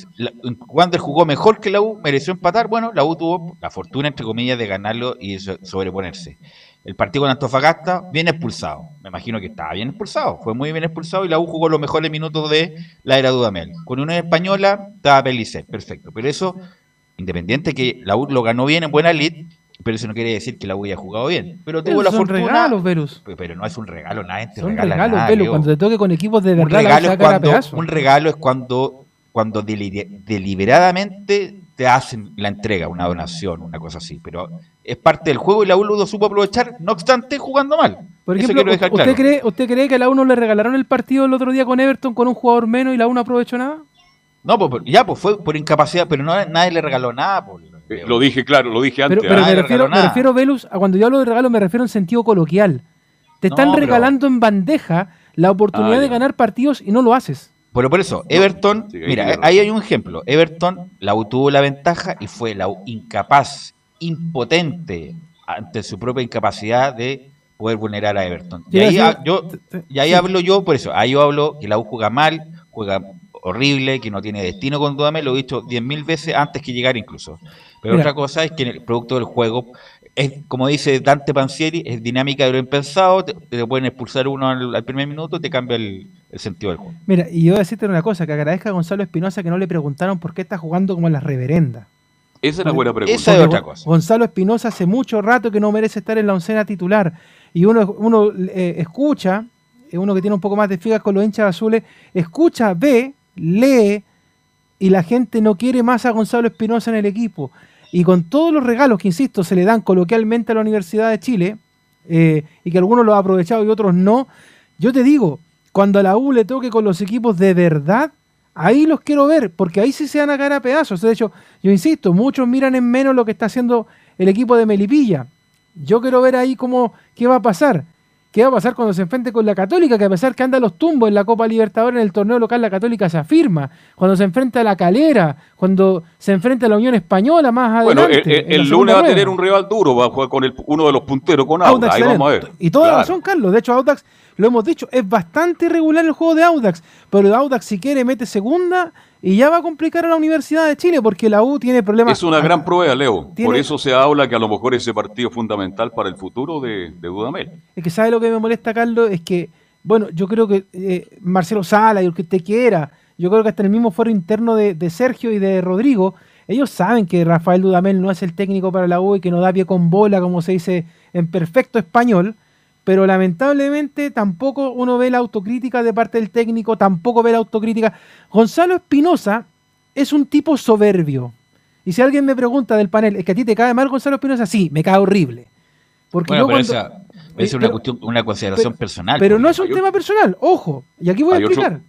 jugó mejor que la U, mereció empatar. Bueno, la U tuvo la fortuna, entre comillas, de ganarlo y sobreponerse. El partido con Antofagasta, bien expulsado. Me imagino que estaba bien expulsado, fue muy bien expulsado y la U jugó los mejores minutos de la era Dudamel. Con Unión Española estaba Pellicer, perfecto. Pero eso, independiente que la U lo ganó bien en buena lid, pero eso no quiere decir que la U haya jugado bien. Pero tuvo la fortuna. Son
regalos, Velus.
Pero no es un regalo, nadie te
son
regala
regalos,
nada.
Velus, cuando te toque con equipos de verdad.
Un regalo es cuando deliberadamente te hacen la entrega, una donación, una cosa así, pero es parte del juego y la U lo supo aprovechar, no obstante jugando mal.
Por ejemplo, ¿usted cree que a la U no le regalaron el partido el otro día con Everton con un jugador menos y la U no aprovechó nada?
No, pues fue por incapacidad, pero nadie le regaló nada.
Lo dije antes.
Pero me refiero, Velus, a cuando yo hablo de regalo me refiero en sentido coloquial. Te están regalando en bandeja la oportunidad de ganar partidos y no lo haces.
Pero por eso, Everton, mira, ahí hay un ejemplo. Everton, la U tuvo la ventaja y fue la U incapaz, impotente ante su propia incapacidad de poder vulnerar a Everton. Y ahí hablo yo, por eso, ahí yo hablo que la U juega mal, juega horrible, que no tiene destino con Dudamel, lo he dicho 10.000 veces antes que llegar incluso. Pero otra cosa es que en el producto del juego, es como dice Dante Pansieri, es dinámica de lo impensado, te pueden expulsar uno al primer minuto, te cambia el sentido del juego.
Mira, y yo voy a decirte una cosa, que agradezca a Gonzalo Espinosa que no le preguntaron por qué está jugando como en las reverendas.
Esa es una buena pregunta.
Esa es otra cosa.
Gonzalo Espinosa hace mucho rato que no merece estar en la oncena titular. Y uno escucha, uno que tiene un poco más de figas con los hinchas azules, escucha, ve, lee, y la gente no quiere más a Gonzalo Espinosa en el equipo. Y con todos los regalos que, insisto, se le dan coloquialmente a la Universidad de Chile, y que algunos lo han aprovechado y otros no, yo te digo, cuando a la U le toque con los equipos de verdad, ahí los quiero ver, porque ahí sí se van a caer a pedazos. De hecho, yo insisto, muchos miran en menos lo que está haciendo el equipo de Melipilla. Yo quiero ver ahí qué va a pasar. ¿Qué va a pasar cuando se enfrente con la Católica? Que a pesar que anda los tumbos en la Copa Libertadores, en el torneo local, la Católica se afirma. Cuando se enfrenta a la Calera, cuando se enfrenta a la Unión Española más adelante.
Bueno, el lunes va a tener un rival duro, va a jugar con uno de los punteros, con Audax. Ahí vamos a ver.
Y toda razón, Carlos. De hecho, Audax, lo hemos dicho, es bastante irregular el juego de Audax. Pero Audax, si quiere, mete segunda y ya va a complicar a la Universidad de Chile, porque la U tiene problemas.
Es una gran prueba, Leo. Por eso se habla que a lo mejor ese partido es fundamental para el futuro de Dudamel.
Es que ¿sabe lo que me molesta, Carlos? Es que, bueno, yo creo que Marcelo Sala y el que usted quiera, yo creo que hasta el mismo foro interno de Sergio y de Rodrigo, ellos saben que Rafael Dudamel no es el técnico para la U y que no da pie con bola, como se dice en perfecto español. Pero lamentablemente tampoco uno ve la autocrítica de parte del técnico, tampoco ve la autocrítica. Gonzalo Espinosa es un tipo soberbio. Y si alguien me pregunta del panel, ¿es que a ti te cae mal Gonzalo Espinosa? Sí, me cae horrible. Porque
bueno, pero esa es una consideración personal.
Pero no es un tema personal, ojo. Y aquí voy a explicar.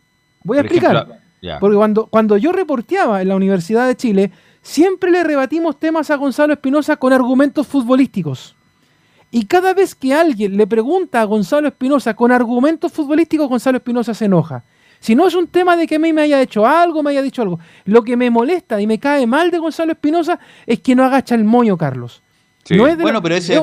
Porque cuando yo reporteaba en la Universidad de Chile, siempre le rebatimos temas a Gonzalo Espinosa con argumentos futbolísticos. Y cada vez que alguien le pregunta a Gonzalo Espinosa con argumentos futbolísticos, Gonzalo Espinosa se enoja. Si no es un tema de que a mí me haya hecho algo, me haya dicho algo. Lo que me molesta y me cae mal de Gonzalo Espinosa es que no agacha el moño, Carlos.
Sí. No es bueno, pero ese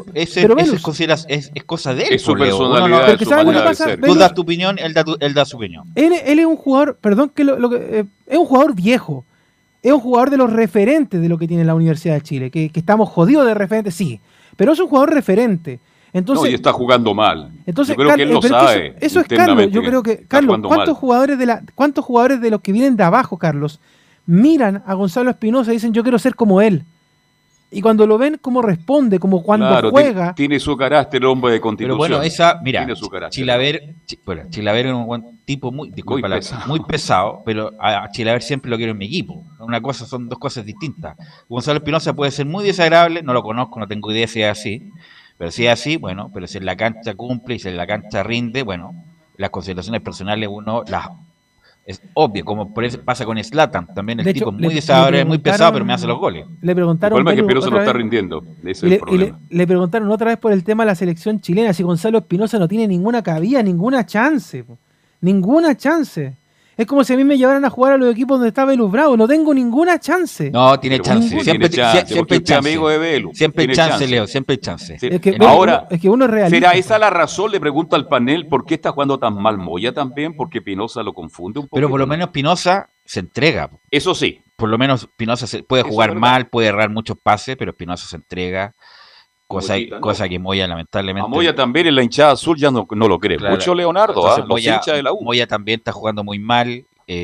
es cosa de él.
Es su personalidad.
Porque ¿sabes lo que pasa?
Tú das tu opinión, él da su opinión.
Él es un jugador, perdón, es un jugador viejo. Es un jugador de los referentes de lo que tiene la Universidad de Chile. Que estamos jodidos de referentes, sí. Pero es un jugador referente. Entonces,
no, y está jugando mal.
Entonces,
yo creo que él lo sabe.
Eso es Carlos. Yo creo que, Carlos, ¿cuántos jugadores de los que vienen de abajo, Carlos, miran a Gonzalo Espinosa y dicen, yo quiero ser como él? Y cuando lo ven, cómo responde, como cuando juega.
Tiene su carácter, el hombre de Constitución.
Pero bueno, mira, Chilaver es un buen tipo muy pesado, pero a Chilaver siempre lo quiero en mi equipo. Son dos cosas distintas. Gonzalo Espinosa puede ser muy desagradable, no lo conozco, no tengo idea si es así. Pero si es así, bueno, pero si en la cancha cumple y si en la cancha rinde, bueno, las consideraciones personales uno las... Es obvio, como pasa con Zlatan, también el tipo es muy desagradable, muy pesado, pero me hace los goles.
Le preguntaron,
el problema es que Espinosa no está rindiendo. Ese es el problema.
Le preguntaron otra vez por el tema de la selección chilena, si Gonzalo Espinosa no tiene ninguna cabida, ninguna chance. Ninguna chance. Es como si a mí me llevaran a jugar a los equipos donde está Velus Bravo. No tengo ninguna chance.
No, tiene chance. Siempre hay chance.
Amigo de Velus.
Siempre hay chance, Leo. Siempre hay chance.
Sí. Ahora, es que uno es realista. ¿Será esa la razón? Le pregunto al panel, ¿por qué está jugando tan mal Moya también? Porque Espinosa lo confunde un poco.
Pero por lo menos Espinosa se entrega.
Eso sí.
Por lo menos Espinosa puede jugar mal, puede errar muchos pases, pero Espinosa se entrega. Cosa que Moya lamentablemente...
A Moya también en la hinchada azul ya no lo cree. Claro. Mucho Leonardo, los hinchas de la U.
Moya también está jugando muy mal.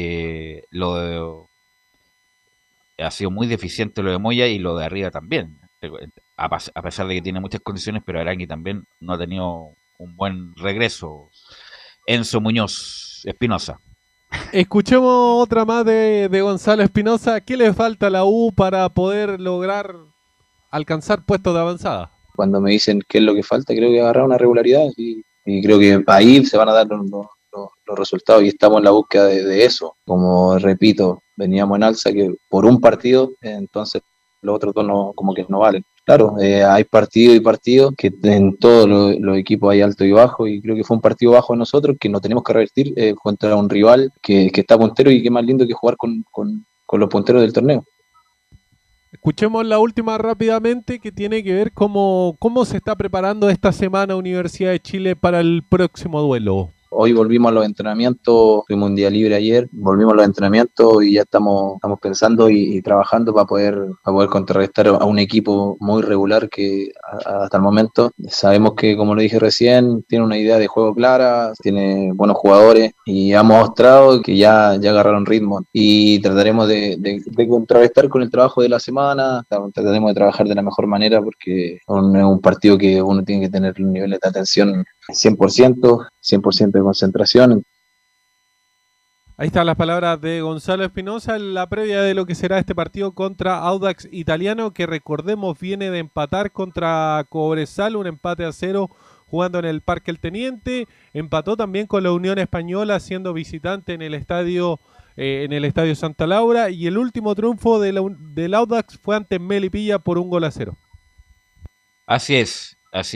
Ha sido muy deficiente lo de Moya y lo de arriba también. A pesar de que tiene muchas condiciones, pero Arangui también no ha tenido un buen regreso. Enzo Muñoz Espinosa.
Escuchemos otra más de Gonzalo Espinosa. ¿Qué le falta a la U para poder lograr alcanzar puestos de avanzada?
Cuando me dicen qué es lo que falta, creo que agarrar una regularidad y creo que ahí se van a dar los resultados y estamos en la búsqueda de eso. Como repito, veníamos en alza que por un partido, entonces los otros dos como que no valen. claro, hay partido y partido, que en todos los equipos hay alto y bajo, y creo que fue un partido bajo de nosotros que nos tenemos que revertir contra un rival que está puntero, y qué más lindo que jugar con los punteros del torneo.
Escuchemos la última rápidamente, que tiene que ver cómo se está preparando esta semana Universidad de Chile para el próximo duelo.
Hoy volvimos a los entrenamientos, tuvimos un día libre ayer, volvimos a los entrenamientos y ya estamos pensando y trabajando para poder contrarrestar a un equipo muy regular que hasta el momento sabemos que, como lo dije recién, tiene una idea de juego clara, tiene buenos jugadores y ha mostrado que ya agarraron ritmo, y trataremos de contrarrestar con el trabajo de la semana, trataremos de trabajar de la mejor manera, porque es un partido que uno tiene que tener un nivel de atención 100% de concentración.
Ahí están las palabras de Gonzalo Espinosa en la previa de lo que será este partido contra Audax Italiano, que recordemos viene de empatar contra Cobresal, un empate a 0 jugando en el Parque El Teniente. Empató también con la Unión Española siendo visitante en el estadio Santa Laura, y el último triunfo del Audax fue ante Melipilla por 1-0.
Así es.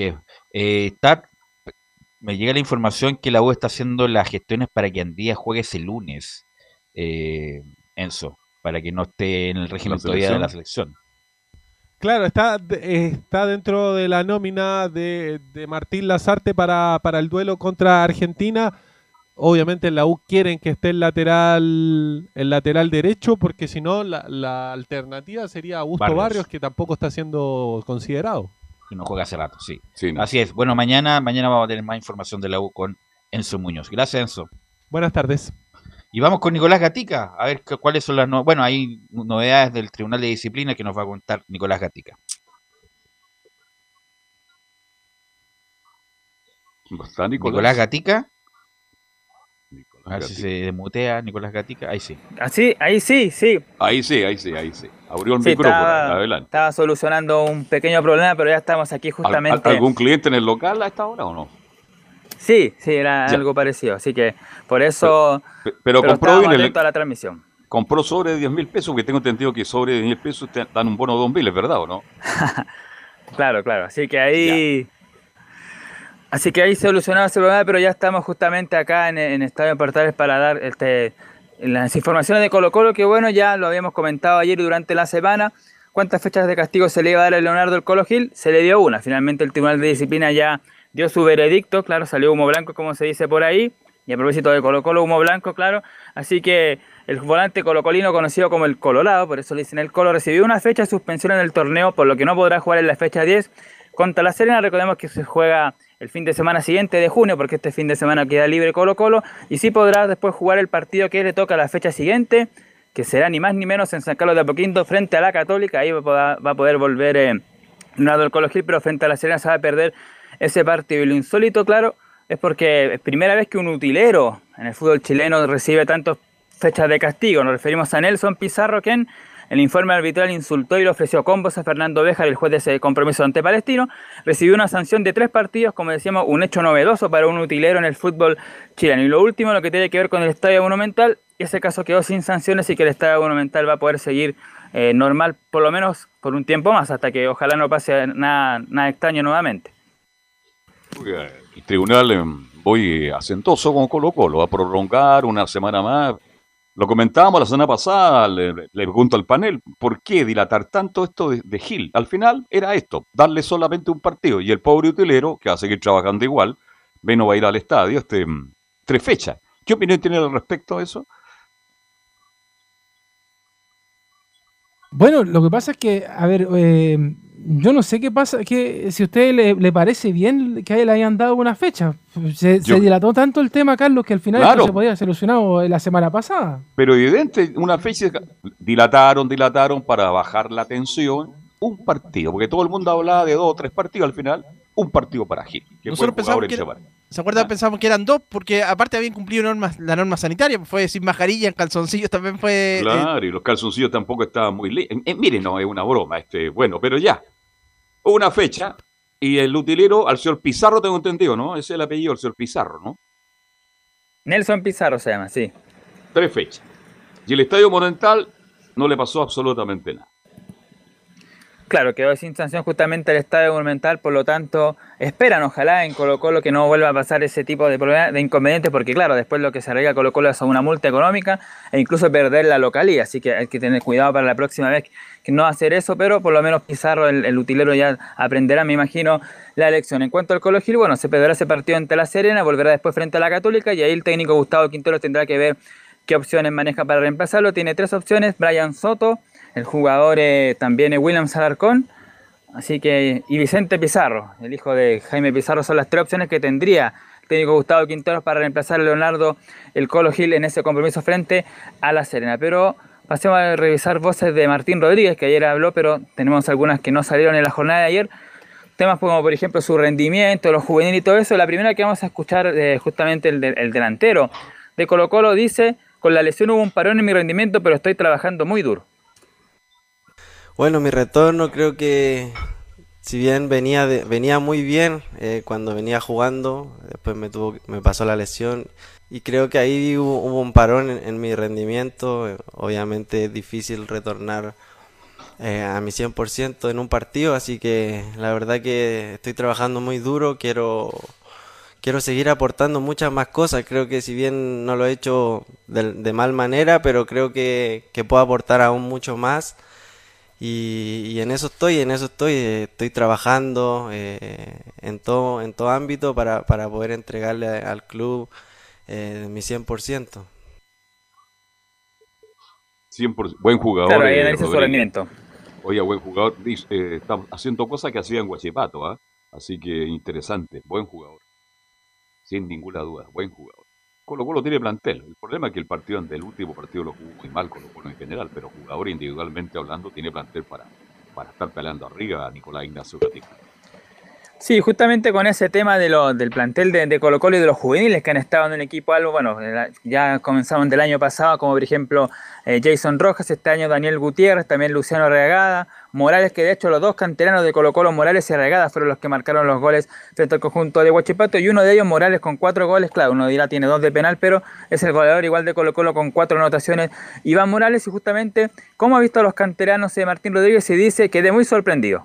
Me llega la información que la U está haciendo las gestiones para que Andía juegue ese lunes, Enzo, para que no esté en el régimen todavía de la selección.
Claro, está dentro de la nómina de Martín Lazarte para el duelo contra Argentina. Obviamente en la U quieren que esté el lateral derecho, porque si no la alternativa sería Augusto Barrios, que tampoco está siendo considerado.
Que no juega hace rato, sí.
No.
Así es. Bueno, mañana vamos a tener más información de la U con Enzo Muñoz. Gracias, Enzo.
Buenas tardes.
Y vamos con Nicolás Gatica, a ver cuáles son las Bueno, hay novedades del Tribunal de Disciplina que nos va a contar Nicolás Gatica.
¿Está
Nicolás Gatica? A ver si se demutea Nicolás Gatica. Ahí sí.
Ahí sí.
Ahí sí. Abrió el micrófono. Adelante.
Estaba solucionando un pequeño problema, pero ya estamos aquí justamente.
¿Algún cliente en el local a esta hora o no?
Sí, era algo parecido. Así que por eso.
Pero compró bien
a la transmisión.
Compró sobre de 10.000 pesos, porque tengo entendido que sobre de 10.000 pesos te dan un bono de 2.000, ¿es verdad o no?
Claro. Así que ahí. Así que ahí solucionado ese problema, pero ya estamos justamente acá en Estadio Portales para dar las informaciones de Colo-Colo, que bueno, ya lo habíamos comentado ayer y durante la semana. ¿Cuántas fechas de castigo se le iba a dar a Leonardo el Colo Gil? Se le dio una. Finalmente el Tribunal de Disciplina ya dio su veredicto, claro, salió humo blanco, como se dice por ahí. Y a propósito de Colo-Colo, humo blanco, claro. Así que el volante colocolino, conocido como el Colorado, por eso le dicen el Colo, recibió una fecha de suspensión en el torneo, por lo que no podrá jugar en la fecha 10 contra La Serena. Recordemos que se juega el fin de semana siguiente de junio, porque este fin de semana queda libre Colo-Colo, y sí podrá después jugar el partido que le toca a la fecha siguiente, que será ni más ni menos en San Carlos de Apoquindo frente a la Católica. Ahí va a poder volver Leonardo del Colo Gil, pero frente a La Serena se va a perder ese partido. Y lo insólito, claro, es porque es primera vez que un utilero en el fútbol chileno recibe tantas fechas de castigo. Nos referimos a Nelson Pizarro, quien el informe arbitral insultó y le ofreció combos a Fernando Béjar, el juez de ese compromiso ante Palestino. Recibió una sanción de 3 partidos, como decíamos, un hecho novedoso para un utilero en el fútbol chileno. Y lo último, lo que tiene que ver con el Estadio Monumental, ese caso quedó sin sanciones y que el Estadio Monumental va a poder seguir normal, por lo menos por un tiempo más, hasta que ojalá no pase nada extraño nuevamente.
El tribunal hoy acentoso con Colo-Colo, va a prolongar una semana más. Lo comentábamos la semana pasada, le pregunto al panel, ¿por qué dilatar tanto esto de Gil? Al final era esto, darle solamente un partido, y el pobre utilero, que va a seguir trabajando igual, no va a ir al estadio 3 fechas. ¿Qué opinión tiene al respecto de eso?
Bueno, lo que pasa es que, a ver, yo no sé qué pasa, que si a usted le parece bien que le hayan dado una fecha. Se dilató tanto el tema, Carlos, que al final esto se podía haber solucionado la semana pasada.
Pero evidente, una fecha dilataron para bajar la tensión. Un partido, porque todo el mundo hablaba de 2 o 3 partidos, al final, un partido para Gil.
Nosotros pensamos que ¿se acuerdan? Pensamos que eran 2, porque aparte habían cumplido la norma sanitaria, fue sin mascarilla, en calzoncillos también fue...
Claro, y los calzoncillos tampoco estaban muy... miren, no, es una broma, bueno, pero ya. Una fecha, y el utilero, al señor Pizarro, tengo entendido, ¿no? Ese es el apellido del señor Pizarro, ¿no?
Nelson Pizarro se llama, sí.
3 fechas. Y el Estadio Monumental no le pasó absolutamente nada.
Claro, quedó sin sanción justamente el Estadio Monumental, por lo tanto, esperan ojalá en Colo-Colo que no vuelva a pasar ese tipo de problemas, de inconvenientes, porque claro, después lo que se arregla Colo-Colo es una multa económica e incluso perder la localía, así que hay que tener cuidado para la próxima vez que no hacer eso, pero por lo menos Pizarro, el utilero, ya aprenderá, me imagino, la lección. En cuanto al Colo Gil, bueno, se perderá ese partido ante La Serena, volverá después frente a la Católica y ahí el técnico Gustavo Quinteros tendrá que ver qué opciones maneja para reemplazarlo. Tiene 3 opciones: Brian Soto, el jugador también es William Alarcón, así que, y Vicente Pizarro, el hijo de Jaime Pizarro, son las 3 opciones que tendría el técnico Gustavo Quinteros para reemplazar a Leonardo el Colo Gil en ese compromiso frente a La Serena. Pero pasemos a revisar voces de Martín Rodríguez, que ayer habló, pero tenemos algunas que no salieron en la jornada de ayer. Temas como, por ejemplo, su rendimiento, los juveniles y todo eso. La primera que vamos a escuchar, justamente el delantero de Colo-Colo, dice: con la lesión hubo un parón en mi rendimiento, pero estoy trabajando muy duro.
Bueno, mi retorno creo que, si bien venía muy bien cuando venía jugando, después me pasó la lesión y creo que ahí hubo un parón en mi rendimiento. Obviamente es difícil retornar a mi 100% en un partido, así que la verdad que estoy trabajando muy duro, quiero seguir aportando muchas más cosas. Creo que si bien no lo he hecho de mal manera, pero creo que puedo aportar aún mucho más. Y en eso estoy trabajando en todo ámbito para poder entregarle al club mi 100%.
100%. Buen jugador.
Claro, ahí analiza su rendimiento.
Oye, buen jugador. Está haciendo cosas que hacía en Huachipato, ¿eh? Así que interesante. Buen jugador. Sin ninguna duda, buen jugador. Colo-Colo tiene plantel. El problema es que el último partido lo jugó muy mal Colo-Colo en general, pero jugador individualmente hablando tiene plantel para estar peleando arriba a Nicolás Ignacio Gatica.
Sí, justamente con ese tema del plantel de Colo-Colo y de los juveniles que han estado en el equipo, algo, bueno, ya comenzaron del año pasado, como por ejemplo Jason Rojas, este año Daniel Gutiérrez, también Luciano Regada, Morales, que de hecho los 2 canteranos de Colo-Colo, Morales y Regada, fueron los que marcaron los goles frente al conjunto de Huachipato, y uno de ellos, Morales, con 4 goles, claro, uno dirá tiene 2 de penal, pero es el goleador igual de Colo-Colo con 4 anotaciones, Iván Morales. Y justamente, ¿cómo ha visto a los canteranos de Martín Rodríguez? Y dice: quedé muy sorprendido.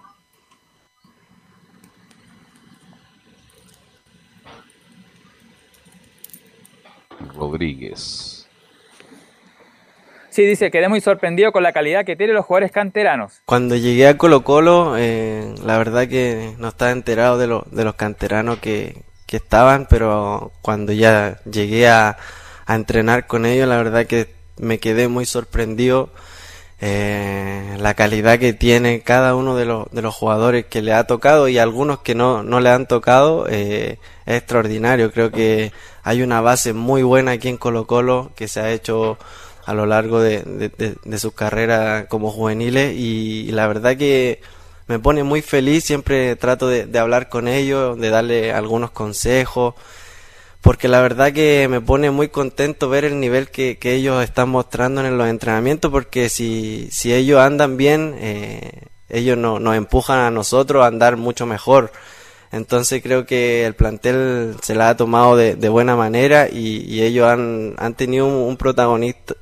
Rodríguez.
Sí, dice: quedé muy sorprendido con la calidad que tienen los jugadores canteranos.
Cuando llegué a Colo-Colo, la verdad que no estaba enterado de los canteranos que estaban, pero cuando ya llegué a entrenar con ellos, la verdad que me quedé muy sorprendido. La calidad que tiene cada uno de los jugadores que le ha tocado, y algunos que no le han tocado, es extraordinario. Creo que hay una base muy buena aquí en Colo-Colo que se ha hecho a lo largo de su carrera como juveniles, y la verdad que me pone muy feliz. Siempre trato de hablar con ellos, de darle algunos consejos, porque la verdad que me pone muy contento ver el nivel que ellos están mostrando en los entrenamientos, porque si ellos andan bien, ellos nos empujan a nosotros a andar mucho mejor. Entonces creo que el plantel se la ha tomado de buena manera, y ellos han tenido un protagonista,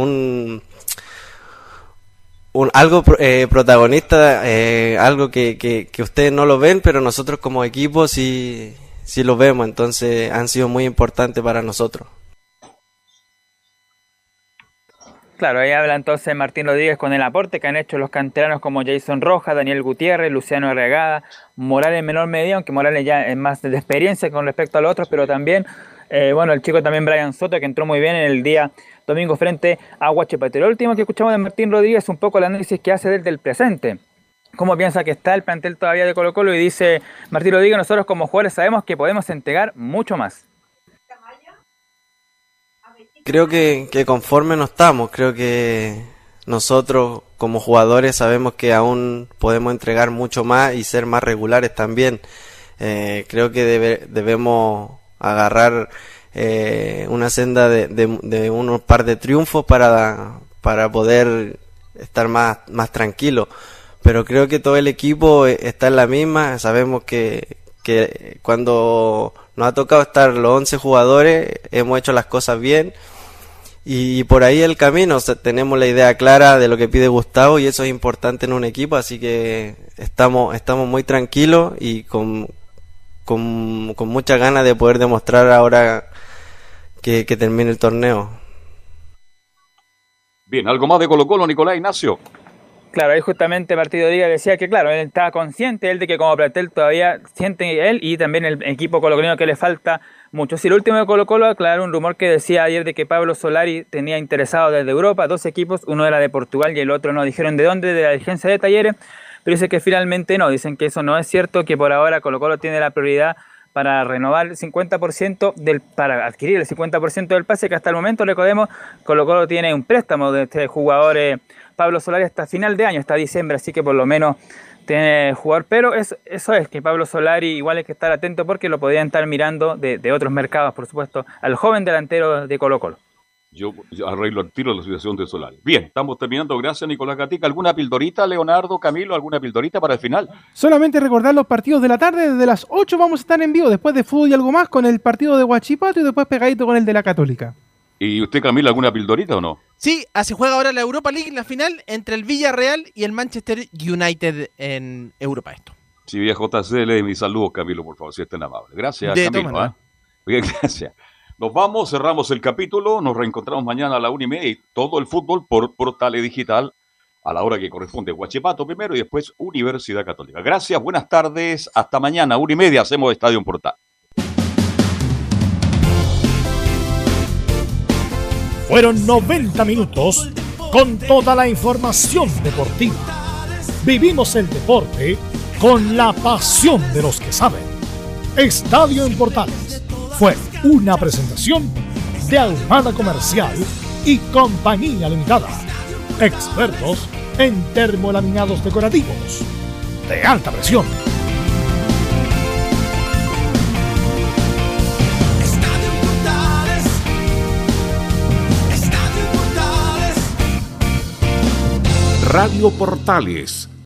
protagonista, algo que ustedes no lo ven, pero nosotros como equipo sí lo vemos. Entonces han sido muy importantes para nosotros.
Claro, ahí habla entonces Martín Rodríguez con el aporte que han hecho los canteranos como Jason Rojas, Daniel Gutiérrez, Luciano Regada, Morales en menor medida, aunque Morales ya es más de experiencia con respecto a los otros, pero también, bueno, el chico también Brian Soto, que entró muy bien en el día domingo frente a Huachipato. Lo último que escuchamos de Martín Rodríguez es un poco el análisis que hace desde el presente. ¿Cómo piensa que está el plantel todavía de Colo-Colo? Y dice Martín Rodríguez: nosotros como jugadores sabemos que podemos entregar mucho más.
Creo que conforme no estamos, creo que nosotros como jugadores sabemos que aún podemos entregar mucho más y ser más regulares también. Creo que debemos agarrar una senda de unos par de triunfos para poder estar más tranquilos. Pero creo que todo el equipo está en la misma. Sabemos que cuando nos ha tocado estar los 11 jugadores hemos hecho las cosas bien, y por ahí el camino. O sea, tenemos la idea clara de lo que pide Gustavo y eso es importante en un equipo, así que estamos muy tranquilos y con muchas ganas de poder demostrar ahora que termine el torneo.
Bien, ¿algo más de Colo-Colo, Nicolás Ignacio?
Claro, ahí justamente Partido Liga decía que claro, él estaba consciente él de que como plantel todavía siente él y también el equipo colocolino que le falta mucho. Si el último de Colo-Colo, aclarar un rumor que decía ayer de que Pablo Solari tenía interesado desde Europa 2 equipos, uno era de Portugal y el otro no dijeron de dónde, de la dirigencia de Talleres, pero dice que finalmente no, dicen que eso no es cierto, que por ahora Colo-Colo tiene la prioridad para renovar el 50% para adquirir el 50% del pase, que hasta el momento, recordemos, Colo-Colo tiene un préstamo de este jugador Pablo Solari hasta final de año, hasta diciembre, así que por lo menos tiene jugador, pero eso es que Pablo Solari igual hay que estar atento porque lo podrían estar mirando de otros mercados, por supuesto, al joven delantero de Colo-Colo.
Yo arreglo al tiro la situación de Solari. Bien, estamos terminando. Gracias, Nicolás Gatica. ¿Alguna pildorita, Leonardo, Camilo? ¿Alguna pildorita para el final?
Solamente recordar los partidos de la tarde. Desde las 8 vamos a estar en vivo, después de fútbol y algo más, con el partido de Huachipato y después pegadito con el de la Católica.
¿Y usted, Camilo, alguna pildorita o no?
Sí, se juega ahora la Europa League, la final, entre el Villarreal y el Manchester United en Europa esto.
Sí, viejo JCL, mis saludos, Camilo, por favor, si es tan amable. Gracias, Camilo. Bien, gracias. Nos vamos, cerramos el capítulo, nos reencontramos mañana a la 1:30 y todo el fútbol por Portales Digital a la hora que corresponde. Huachipato primero y después Universidad Católica. Gracias, buenas tardes, hasta mañana, 1:30 hacemos Estadio Portal.
Fueron 90 minutos con toda la información deportiva. Vivimos el deporte con la pasión de los que saben. Estadio en Portales fue una presentación de Ahumada Comercial y Compañía Limitada. Expertos en termolaminados decorativos de alta presión.
Radio Portales,